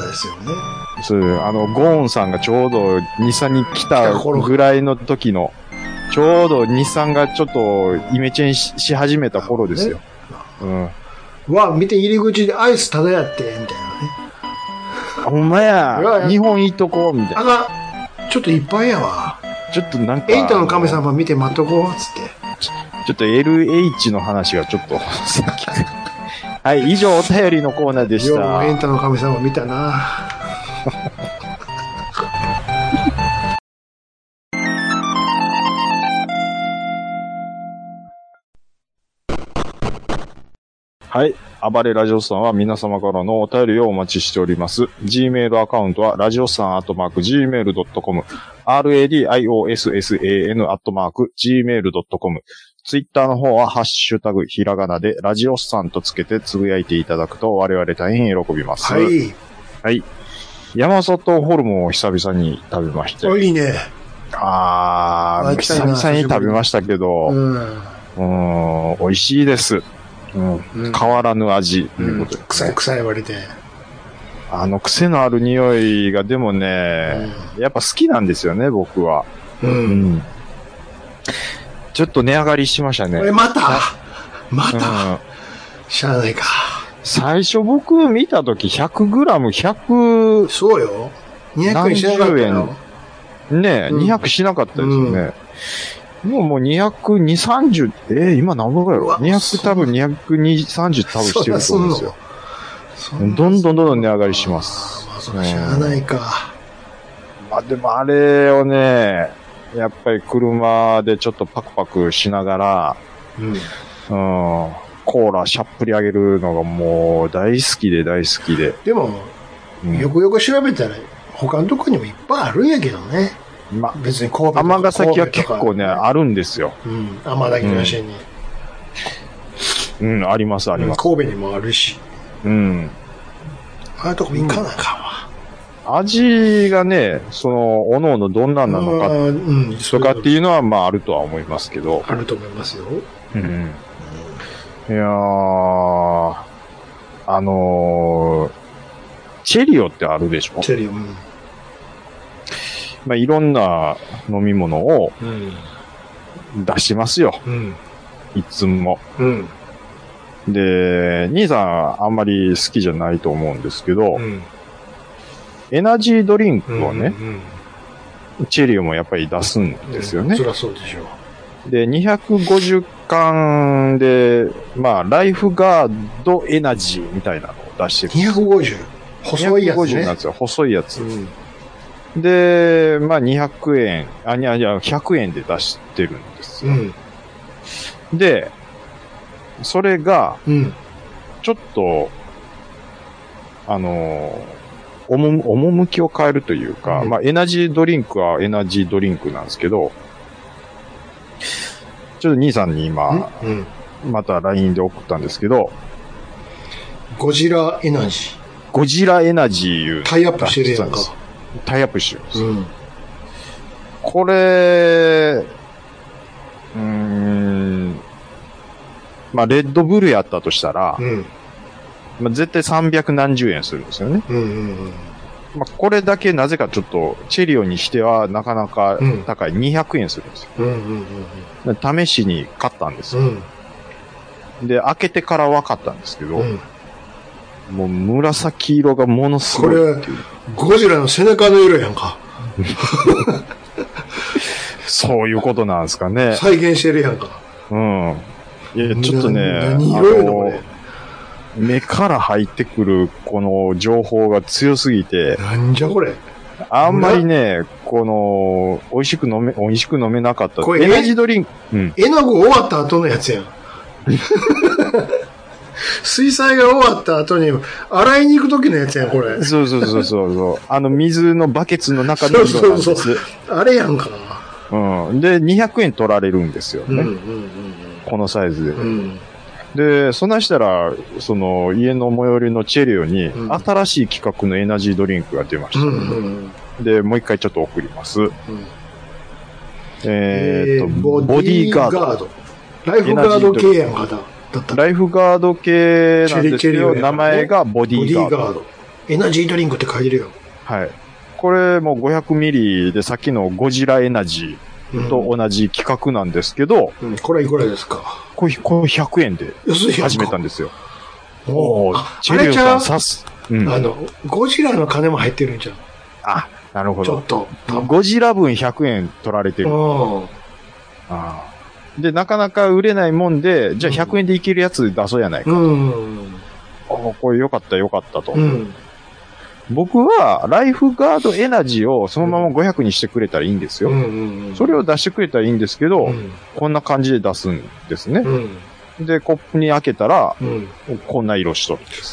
ですよね。 そう、ゴーンさんがちょうど日産に来たぐらいの時の、ちょうど日産がちょっとイメチェンし始めた頃ですよ。ね、 うん。わ、見て入り口でアイスただやって、みたいなね。 ほんまや。日本行っとこう、みたいな。 ちょっといっぱいやわ。 ちょっとなんか。 エイタの神様見て待っとこう、つって。 ちょっと LH の話がちょっと。はい、以上お便りのコーナーでした。 エイタの神様見たな。 はい。暴れラジオさんは皆様からのお便りをお待ちしております。Gmail アカウントは、ラジオさん@gmail.com、radiossan@gmail.com、Twitter の方は、ハッシュタグ、ひらがなで、ラジオさんとつけてつぶやいていただくと、我々大変喜びます。 はい。 はい。山里ホルモンを久々に食べまして。 いいね。 久々に食べましたけど、美味しいです。 変わらぬ味ということで、 臭い言われて。 癖のある匂いがでもね、やっぱ好きなんですよね、僕は。ちょっと値上がりしましたね。 またしゃあないか。 最初僕見たとき 100g100 そうよ。200円しなかったよ。 ねえ、200しなかったですよね。もう220、30、今何本ぐらいやろ ?200 多分220、30多分してると思うんですよ。どんどん値上がりします。 そらしゃあないか。 でもあれをね、やっぱり車でちょっとパクパクしながら、コーラしゃっぷりあげるのがもう大好きで。 でも、よくよく調べたら、他のとこにもいっぱいあるんやけどね。別に神戸とか。 尼崎は結構ね、あるんですよ。 尼崎のシェに。 あります。 神戸にもあるし。ああいうとこも行かないかわ。味がね、おのおのどんなんなのか、とかっていうのは、あるとは思いますけど。 あると思いますよ。 いやー、チェリオってあるでしょ？ チェリオ、 いろんな飲み物を出しますよ。いつも。で、兄さんあんまり好きじゃないと思うんですけど、エナジードリンクをね、チェリオもやっぱり出すんですよね。 そりゃそうでしょう。 で、250缶で、ライフガードエナジーみたいなのを出してる。 250? 細いやつね。 250なんですよ。細いやつ。で、200円、100円で出してるんですよ。で、それが、ちょっと、趣を変えるというか、エナジードリンクはエナジードリンクなんですけど、ちょっと兄さんに今、また LINE で送ったんですけど、 ゴジラエナジー。 ゴジラエナジーいう。 タイアップしてるやんか。 タイアップしてるんです。これ、レッドブルやったとしたら、絶対300何十円するんですよね。これだけなぜかちょっと、チェリオにしてはなかなか高い200円するんですよ。試しに買ったんですよ。で、開けてから分かったんですけど、もう紫色がものすごい。 これ、ゴジラの背中の色やんか。 そういうことなんですかね。 再現してるやんか。 いや、ちょっとね、 何色やのこれ。 目から入ってくるこの情報が強すぎて。 なんじゃこれ。 あんまりね、美味しく飲めなかった。これエナジードリンク。 絵の具終わった後のやつやん。水彩が終わった後に、洗いに行く時のやつやん、これ。 そう。水のバケツの中の色なんです。そう。 あれやんか。 で、200円取られるんですよね。このサイズで。で、そんなしたら、家の最寄りのチェリオに、新しい企画のエナジードリンクが出ました。で、もう一回ちょっと送ります。ボディーガード。 ライフガード系やんかライフガード系なんですけど、名前がボディーガード。 エナジードリンクって書いてるよ。 はい。これも500ミリでさっきのゴジラエナジーと同じ企画なんですけど、 これいくらですか？ これ100円で始めたんですよ。 チェリオさん刺す。ゴジラの金も入ってるんじゃん。 なるほど。 ちょっと。 ゴジラ分100円取られてる。で、なかなか売れないもんで、じゃあ100円でいけるやつ出そうやないか。これよかったと。僕は、ライフガードエナジーをそのまま500にしてくれたらいいんですよ。それを出してくれたらいいんですけど、こんな感じで出すんですね。で、コップに開けたら、こんな色しとるんです。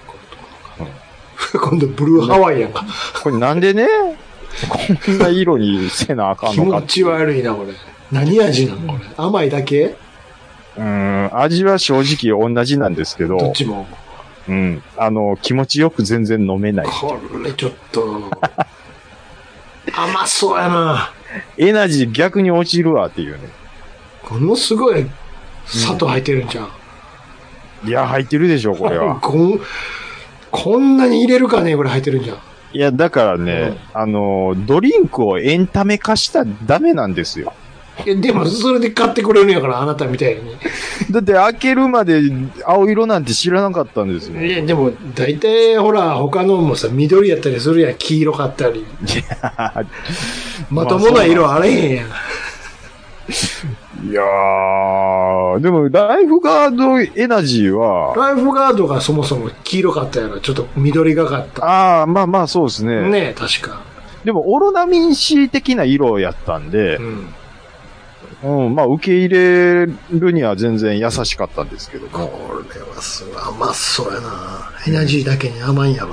今度ブルーハワイやんか。 これなんでね、こんな色にせなあかんのか。 気持ち悪いな、これ。何味なのこれ。甘いだけ？ 味は正直同じなんですけど。 どっちも。 気持ちよく全然飲めない。 これちょっと、甘そうやな。 エナジー逆に落ちるわっていうね。 ものすごい砂糖入ってるんじゃん。 いや、入ってるでしょ、これは。 こんなに入れるかねぐらい入ってるんじゃん。 いや、だからね、ドリンクをエンタメ化したらダメなんですよ。 いや、でも、それで買ってくれるんやから、あなたみたいに。 だって、開けるまで青色なんて知らなかったんですよ。 いや、でも、大体、ほら、他のもさ、緑やったりするやん。黄色かったり。まともな色あれへんやん。 いやー、でも、ライフガードエナジーは、 ライフガードがそもそも黄色かったやろ。ちょっと緑がかった。 ああ、まあまあそうですね。 ねえ、確か。 でも、オロナミン C 的な色やったんで、まあ、受け入れるには全然優しかったんですけども。 これはすごい甘そうやな。エナジーだけに甘いんやろな。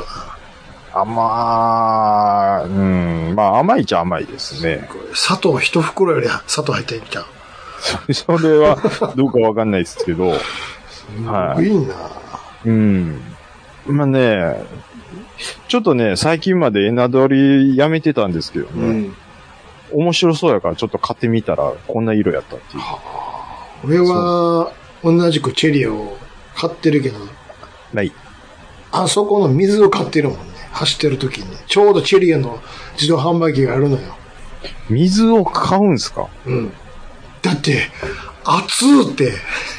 まあ甘いっちゃ甘いですね。 砂糖一袋より砂糖入ってんじゃん。 それはどうかわかんないですけど。 はい。いいな。 まあね、ちょっとね、最近までエナドリやめてたんですけどね。面白そうやからちょっと買ってみたらこんな色やったっていう。 俺は同じくチェリーを買ってるけど。 ない。 あそこの水を買ってるもんね。走ってる時に。ちょうどチェリーの自動販売機があるのよ。 水を買うんすか？ だって、熱ーって。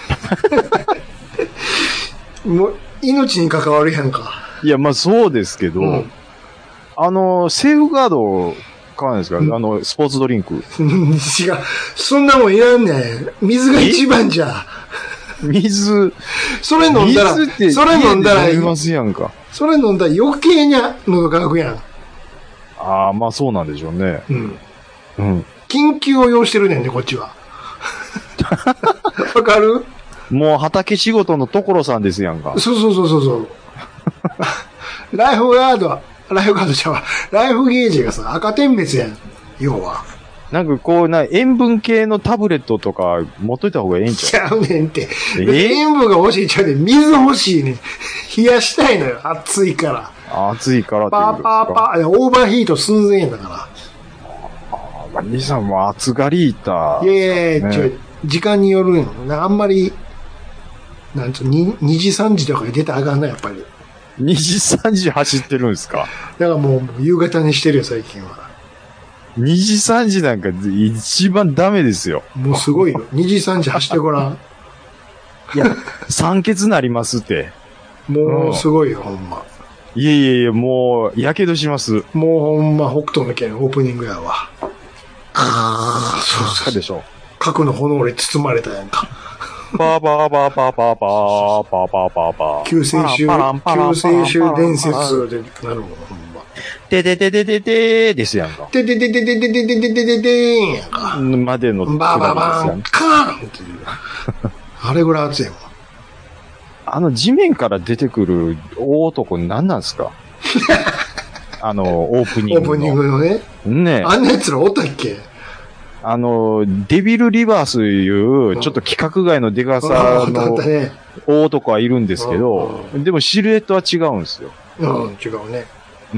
もう、命に関わるやんか。 いや、まあそうですけど、セーフガード買わないですか？スポーツドリンク。違う。 そんなもんいらんねん。水が一番じゃ。 水。 それ飲んだら、それ飲んだら、 いますやんか。 それ飲んだら余計に喉乾くやん。 ああ、まあそうなんでしょうね。 緊急を要してるねんね、こっちは。わかる？ もう畑仕事の所さんですやんか。 そう。ライフガードちゃうわ。ライフゲージがさ、赤点滅やん。要は。 なんかこう塩分系のタブレットとか持っといた方がええんちゃう？ ちゃうねんって。塩分が欲しいちゃうねん。水欲しいねん。冷やしたいのよ。暑いから。 暑いからっていうことですか？ パー。オーバーヒート寸前やんだから。 兄さんも暑がりいた。 いや、時間によるの。あんまり、2時3時とかに出たらあかんな、やっぱり。 2時3時走ってるんですか？ だからもう夕方にしてるよ、最近は。 2時3時なんか一番ダメですよ。 もうすごいよ。2時3時走ってごらん。 いや、酸欠なりますって。 もうすごいよ、ほんま。 いや、もう、やけどします。 もうほんま、北斗の拳オープニングやわ。 そうでしょ。 核の炎に包まれたやんか。 パーパーパーパーパーパーパーパーパーパー。 救世主伝説でなるもん、ほんま。 でですやんか。 でやんか。 までのバーバーバーン、カーンっていう。あれぐらい熱いもん。 地面から出てくる大男何なんすか？オープニングの。 オープニングのね。 ねえ。 あんな奴らおったっけ？ デビルリバースいう、ちょっと規格外のデカさの大男はいるんですけど、でもシルエットは違うんですよ。 違うね。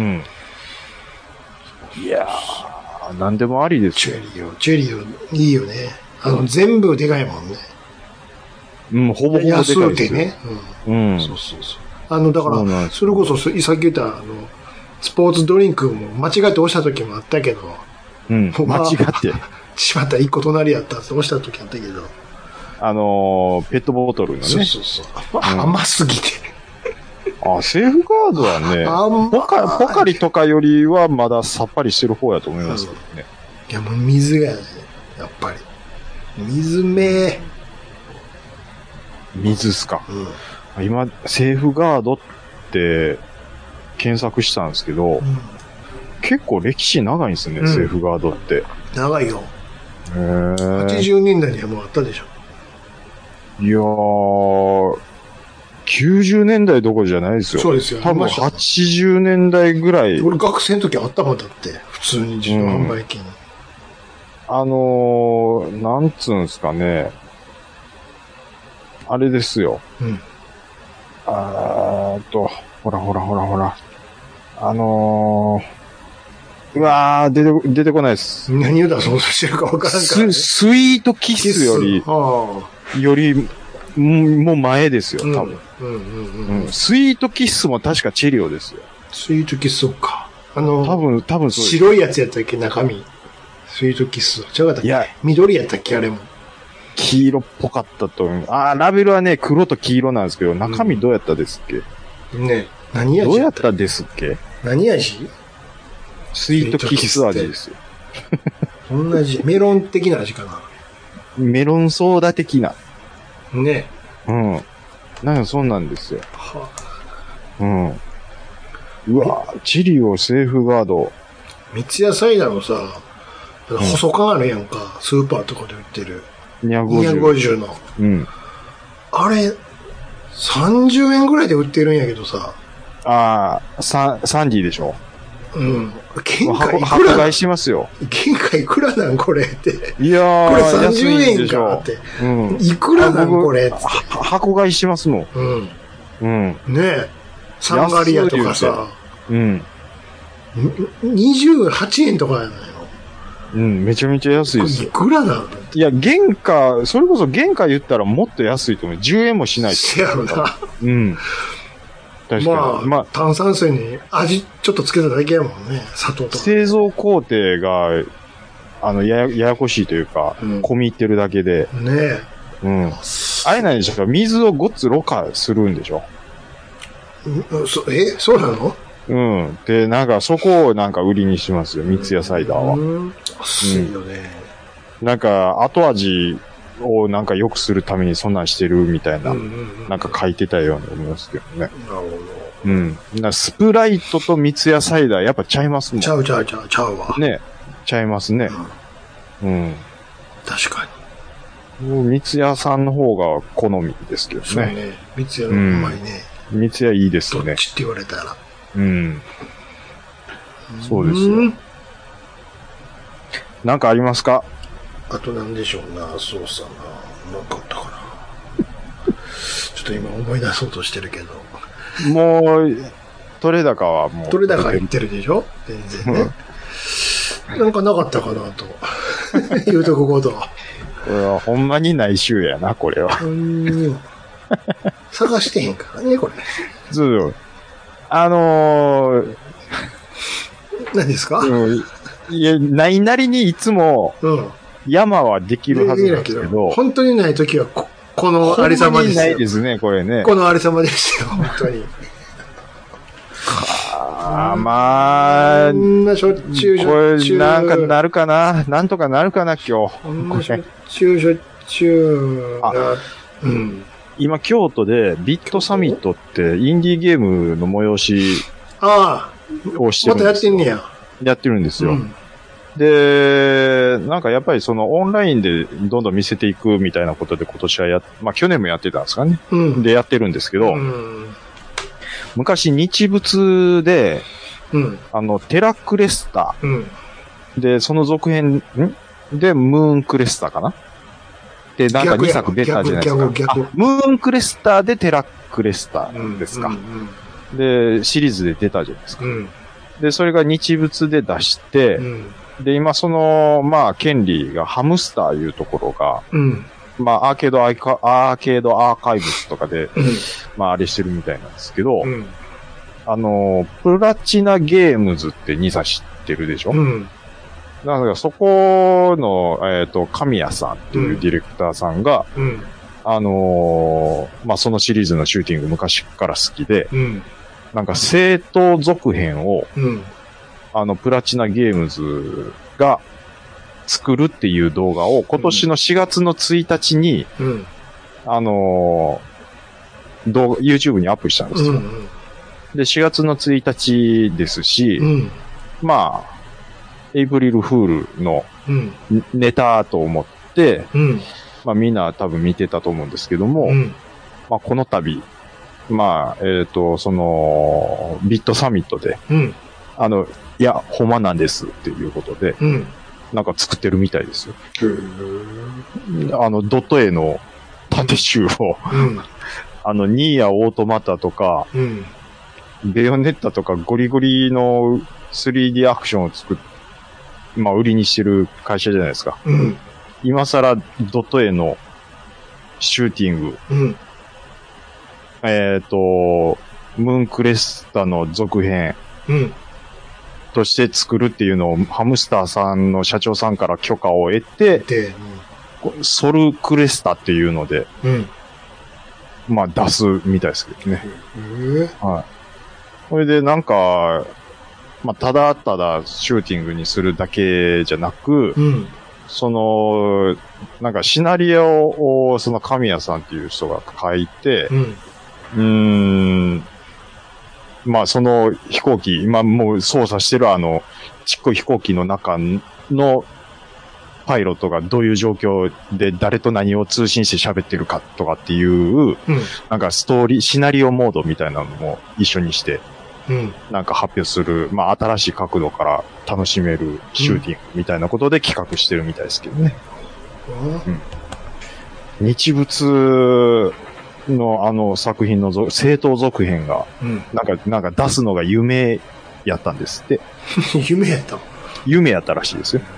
いやー、なんでもありです。 チェリーいいよね。全部でかいもんね。 ほぼほぼでかいですよ。 安うてね。そう。だから、それこそ、さっき言ったスポーツドリンクも間違って押した時もあったけど。 間違って。 しまった一個隣やったって押した時あったけど。 ペットボトルのね。 そう。甘すぎて。 セーフガードはね、ポカリとかよりはまださっぱりしてる方やと思いますけどね。 いや、もう水がやね、やっぱり。水っすか。今、セーフガードって検索したんですけど、結構歴史長いんですね、セーフガードって。 長いよ。80年代にはもうあったでしょ。 いやー、90年代どころじゃないですよ。 そうですよ。 多分80年代ぐらい。 俺学生の時あったもんだって。普通に自動販売機に。 なんつうんすかね。あれですよ。ほら。うわー、出てこないです。 何を出そうとしてるか分からんから、ね。 スイートキスよりもう前ですよ、多分。スイートキッスも確かチェリオですよ。 スイートキッス、そっか。多分そう。白いやつやったっけ、中身。スイートキッス。違うかったっけ？いや、緑やったっけ、あれも。 黄色っぽかったと思う。ラベルはね、黒と黄色なんですけど、中身どうやったですっけ？ ね、何味どうやったですっけ？ 何味？ スイートキッス味ですよ。 同じ。メロン的な味かな。 メロンソーダ的な。 ね。 うん。なんかそんなんですよ。はあ、うん。うわチリオセーフガード。 三ツ矢サイダーのさ、細缶あるやんか。スーパーとかで売ってる。250の。 うん。 あれ、30円ぐらいで売ってるんやけどさ。 サンディでしょ。 うん。原価いくら箱買いしますよ。 原価いくらなんこれって。 いやー、 これ30円かって。うん。いくらなんこれって。 箱買いしますもん。 うん。 うん。 ねえ。サンガリアとかさ。 うん。 28円とかやないの。 うん、めちゃめちゃ安いですよ。 いくらなの？ いや、原価、それこそ原価言ったらもっと安いと思う。10円もしないと。 せやろな。 うん。確かに。 まあ、炭酸水に味ちょっとつけただけやもんね。砂糖とか。 製造工程が、ややこしいというか、込み入ってるだけで。 ねえ。 うん。あれなんでしょうか、水をごっつろ過するんでしょ？ そうなの？ うん。で、なんかそこをなんか売りにしますよ、三ツ矢サイダーは。 安いよね。 なんか後味をなんか良くするためにそんなんしてるみたいな、なんか書いてたように思いますけどね。 なるほど。うん。スプライトと三ツ矢サイダーやっぱちゃいますもん。 ちゃうわ。 ね。ちゃいますね。うん。 確かに。もう三ツ矢さんの方が好みですけどね。 そうね。三ツ矢のうまいね。 三ツ矢いいですね。 どっちって言われたら。 うん。そうですよ。なんかありますか？ あとなんでしょうな、そうさな。なんかあったかな。ちょっと今思い出そうとしてるけど。 もう、取れ高はもう。 取れ高言ってるでしょ？全然ね。なんかなかったかなと。言うとここと。 これはほんまにない週やな、これは。 探してへんからね、これ。 そう。 何ですか？ いや、ないなりにいつも、山はできるはずなんですけど。 本当にないときはこのありさまですよ。 本当にないですね、これね。 このありさまですよ、本当に。 まあ、 こんなしょっちゅう。 これ、なんかなるかな？なんとかなるかな、今日。 こんなしょっちゅうが、 今、京都でビットサミットってインディーゲームの催しをしてるんですよ。 またやってんねや。 やってるんですよ。で、なんかやっぱりそのオンラインでどんどん見せていくみたいなことで今年は去年もやってたんですかね。で、やってるんですけど、昔日仏で、テラクレスタ、で、その続編、で、ムーンクレスタかなで、なんか2作出たじゃないですか。ムーンクレスタでテラクレスタですか。で、シリーズで出たじゃないですか。で、それが日仏で出して、で、今その、権利がハムスターいうところが、アーケードアーカイブスとかで、あれしてるみたいなんですけど、プラチナゲームズって2社知ってるでしょ？だからそこの、神谷さんっていうディレクターさんが、そのシリーズのシューティング昔から好きで、なんか正当続編を、プラチナゲームズが作るっていう動画を今年の4月の1日に、YouTube にアップしたんですよ。で、4月の1日ですし、エイプリルフールのネタと思って、みんな多分見てたと思うんですけども、この度、その、ビットサミットで、いや、ほんまなんですっていうことで、なんか作ってるみたいですよ。ドット絵の縦集を、ニーヤオートマタとか、ベヨネッタとかゴリゴリの 3D アクションを売りにしてる会社じゃないですか。今更ドット絵のシューティング。 うん。 ムーンクレスタの続編。 うん。 として作るっていうのをハムスターさんの社長さんから許可を得て、ソルクレスタっていうので、 うん、 まあ出すみたいですけどね。はい。それでなんか、まあただただシューティングにするだけじゃなく、 うん、 その、なんかシナリオをその神谷さんっていう人が書いて、まあその飛行機、今もう操作してるちっこい飛行機の中のパイロットがどういう状況で誰と何を通信して喋ってるかとかっていう、なんかシナリオモードみたいなのも一緒にして、なんか発表する、まあ新しい角度から楽しめるシューティングみたいなことで企画してるみたいですけどね。日仏の作品の正当続編が、なんか出すのが夢やったんですって。 夢やった夢やったらしいですよ。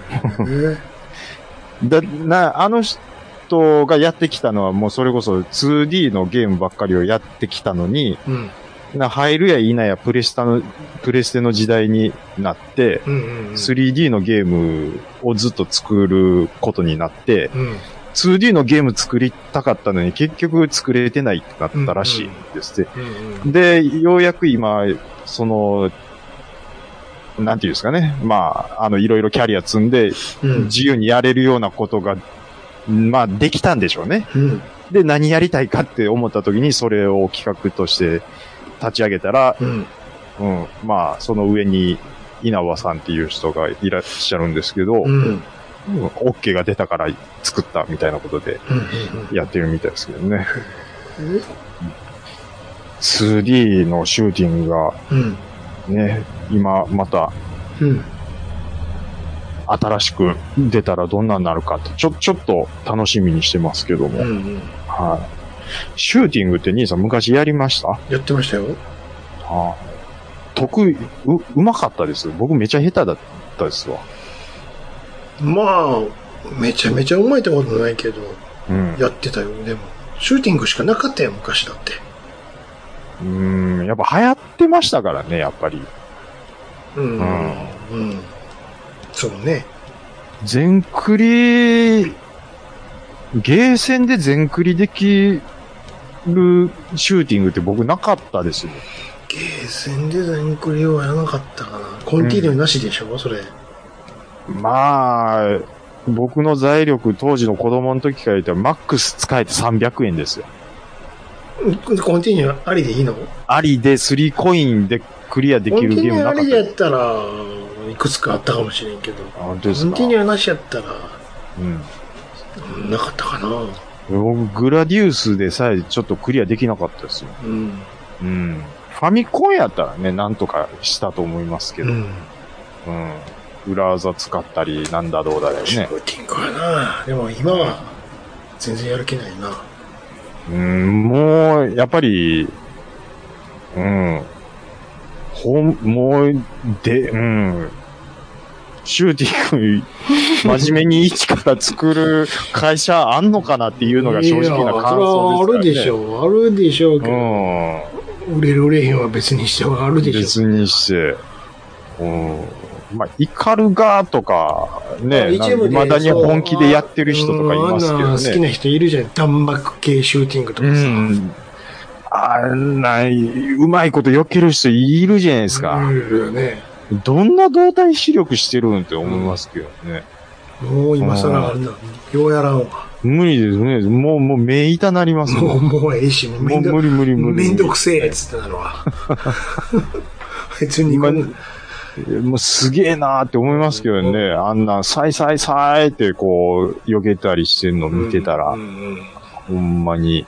あの人がやってきたのはもうそれこそ 2D のゲームばっかりをやってきたのに、入るや否やプレステの時代になって、3D のゲームをずっと作ることになって、2D のゲーム作りたかったのに結局作れてないってなったらしいですね。で、ようやく今、なんていうんですかね。まあ、いろいろキャリア積んで、自由にやれるようなことが、まあ、できたんでしょうね。で、何やりたいかって思った時に、それを企画として立ち上げたら、まあ、その上に稲葉さんっていう人がいらっしゃるんですけど、OK が出たから作ったみたいなことでやってるみたいですけどね。2D のシューティングが、ね、今また、新しく出たらどんなになるかってちょっと楽しみにしてますけども。はい。シューティングって兄さん昔やりました？ やってましたよ。 得意、うまかったです。僕めちゃ下手だったですわ。 まあ、めちゃめちゃうまいってことないけど、やってたよ。でも、シューティングしかなかったよ、昔だって。 やっぱ流行ってましたからね、やっぱり。 そうね。 全クリ、ゲーセンで全クリできるシューティングって僕なかったですよ。 ゲーセンで全クリはやらなかったかな。コンティニューなしでしょ、それ。 まあ、僕の財力当時の子供の時から言ったらマックス使えて300円ですよ。 コンティニューありでいいの？ ありで3コインでクリアできるゲームなかった。 コンティニューありでやったら、いくつかあったかもしれんけど。コンティニューなしやったら、なかったかな。 僕、グラディウスでさえちょっとクリアできなかったですよ。ファミコンやったらね、なんとかしたと思いますけど。裏技使ったり、なんだどうだよね。 シューティングかな。でも今は、全然やる気ないな。 もう、やっぱり、もう、シューティング、真面目に一から作る会社あんのかなっていうのが正直な感想ですからね。 あるでしょうけど。売れる売れへんは別にしてはあるでしょう。 別にして。まあ、イカルガーとか、ね、未だに本気でやってる人とかいますけどね。 好きな人いるじゃん。弾幕系シューティングとかさ。 うまいこと避ける人いるじゃないですか。 いるよね。 どんな動体視力してるんって思いますけどね。 もう今更あんな、ようやらんわ。 無理ですね。もう目痛なりますもうええし、もう無理。 めんどくせえっつってなるわ。別にもうすげえなーって思いますけどね。あんな、サイってこう、避けたりしてるの見てたら、ほんまに。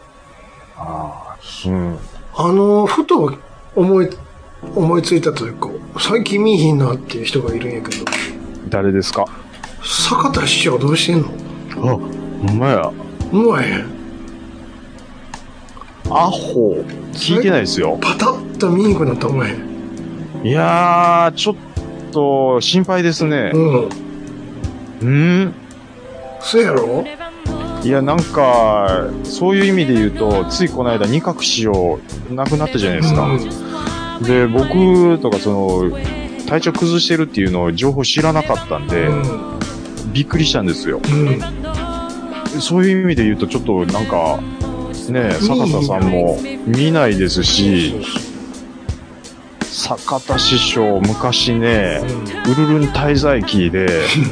ふと思いついたというか、最近見いひんなっていう人がいるんやけど。 誰ですか？ 坂田師匠どうしてんの？ ほんまや。 思わへん。 アホ。聞いてないですよ。 パタッと見にくくなった思わへん。 いやー、ちょっと心配ですね。 そうやろ？ いや、なんか、そういう意味で言うと、ついこの間、二角師匠、亡くなったじゃないですか。で、僕とか、体調崩してるっていうのを情報知らなかったんで、びっくりしたんですよ。そういう意味で言うと、ちょっとなんか、ね、坂田さんも見ないですし、坂田師匠、昔ね、ウルルン滞在記で、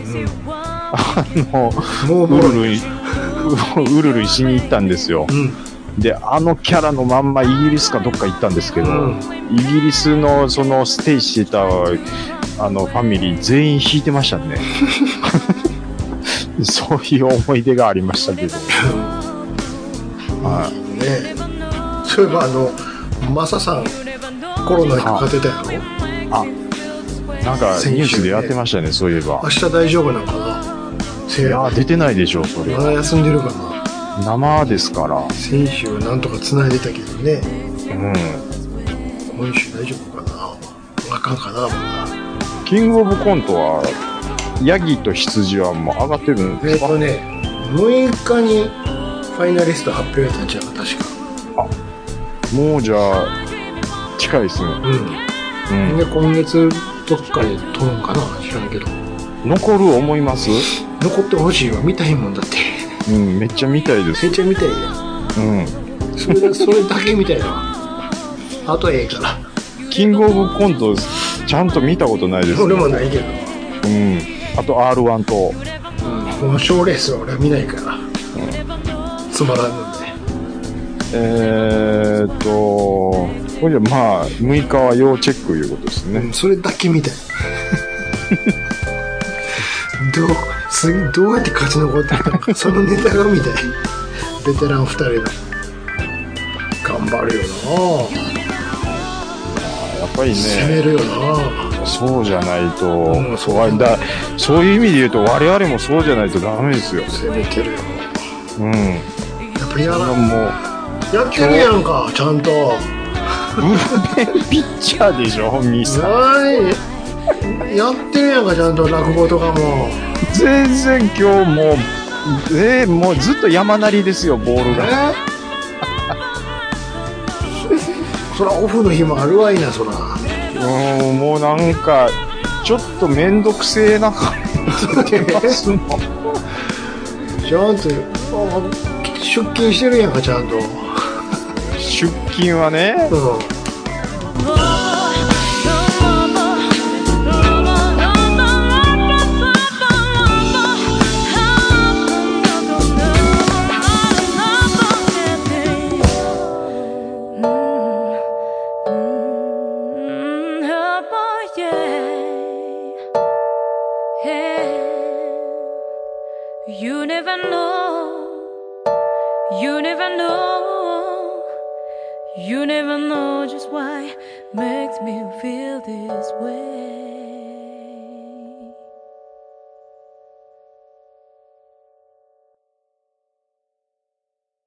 ウルルンしに行ったんですよ。で、あのキャラのまんまイギリスかどっか行ったんですけど、イギリスのステイしてた、ファミリー全員引いてましたね。そういう思い出がありましたけど。 はい。ね、そういえばマサさん、コロナにかかってたやろ？ なんかニュースでやってましたね、そういえば。 明日大丈夫なのかな？ いや、出てないでしょ、それ。 まだ休んでるかな？ 生ですから。 先週はなんとか繋いでたけどね。今週大丈夫かな？あかんかな、 キングオブコントは、ヤギと羊はもう上がってるんですか？ 6日にファイナリスト発表やったんちゃうか、確か。 もうじゃあ、近いですね。 で、今月どっかで撮るんかな、知らんけど。 残る思います？ 残ってほしいわ、見たいもんだって。 めっちゃ見たいです。 めっちゃ見たいやん。それだけ見たいわ。あとええから。 キングオブコント、ちゃんと見たことないです、 俺もないけど。 あと R1 と。 もう賞レースは俺は見ないから。つまらんので。 これじゃまあ、6日は要チェックいうことですね。 それだけ見たい。どうやって勝ち残ってきたのか、そのネタが見たい。ベテラン2人の。頑張るよな。 やっぱりね。 攻めるよな。 そうじゃないと、そういう意味で言うと、我々もそうじゃないとダメですよ。 攻めてるよ。やっぱやってるやんか、ちゃんと。 ブルペンピッチャーでしょ、ミサ。 やってるやんか、ちゃんと落語とかも。 全然今日もうずっと山なりですよ、ボールが。 そらオフの日もあるわいな、そら。 もうなんか、ちょっとめんどくせえな感じ出ますもん。 ちゃんと、出勤してるやんか、ちゃんと。 出勤はね。 You never know, you never know, you never know just why makes me feel this way.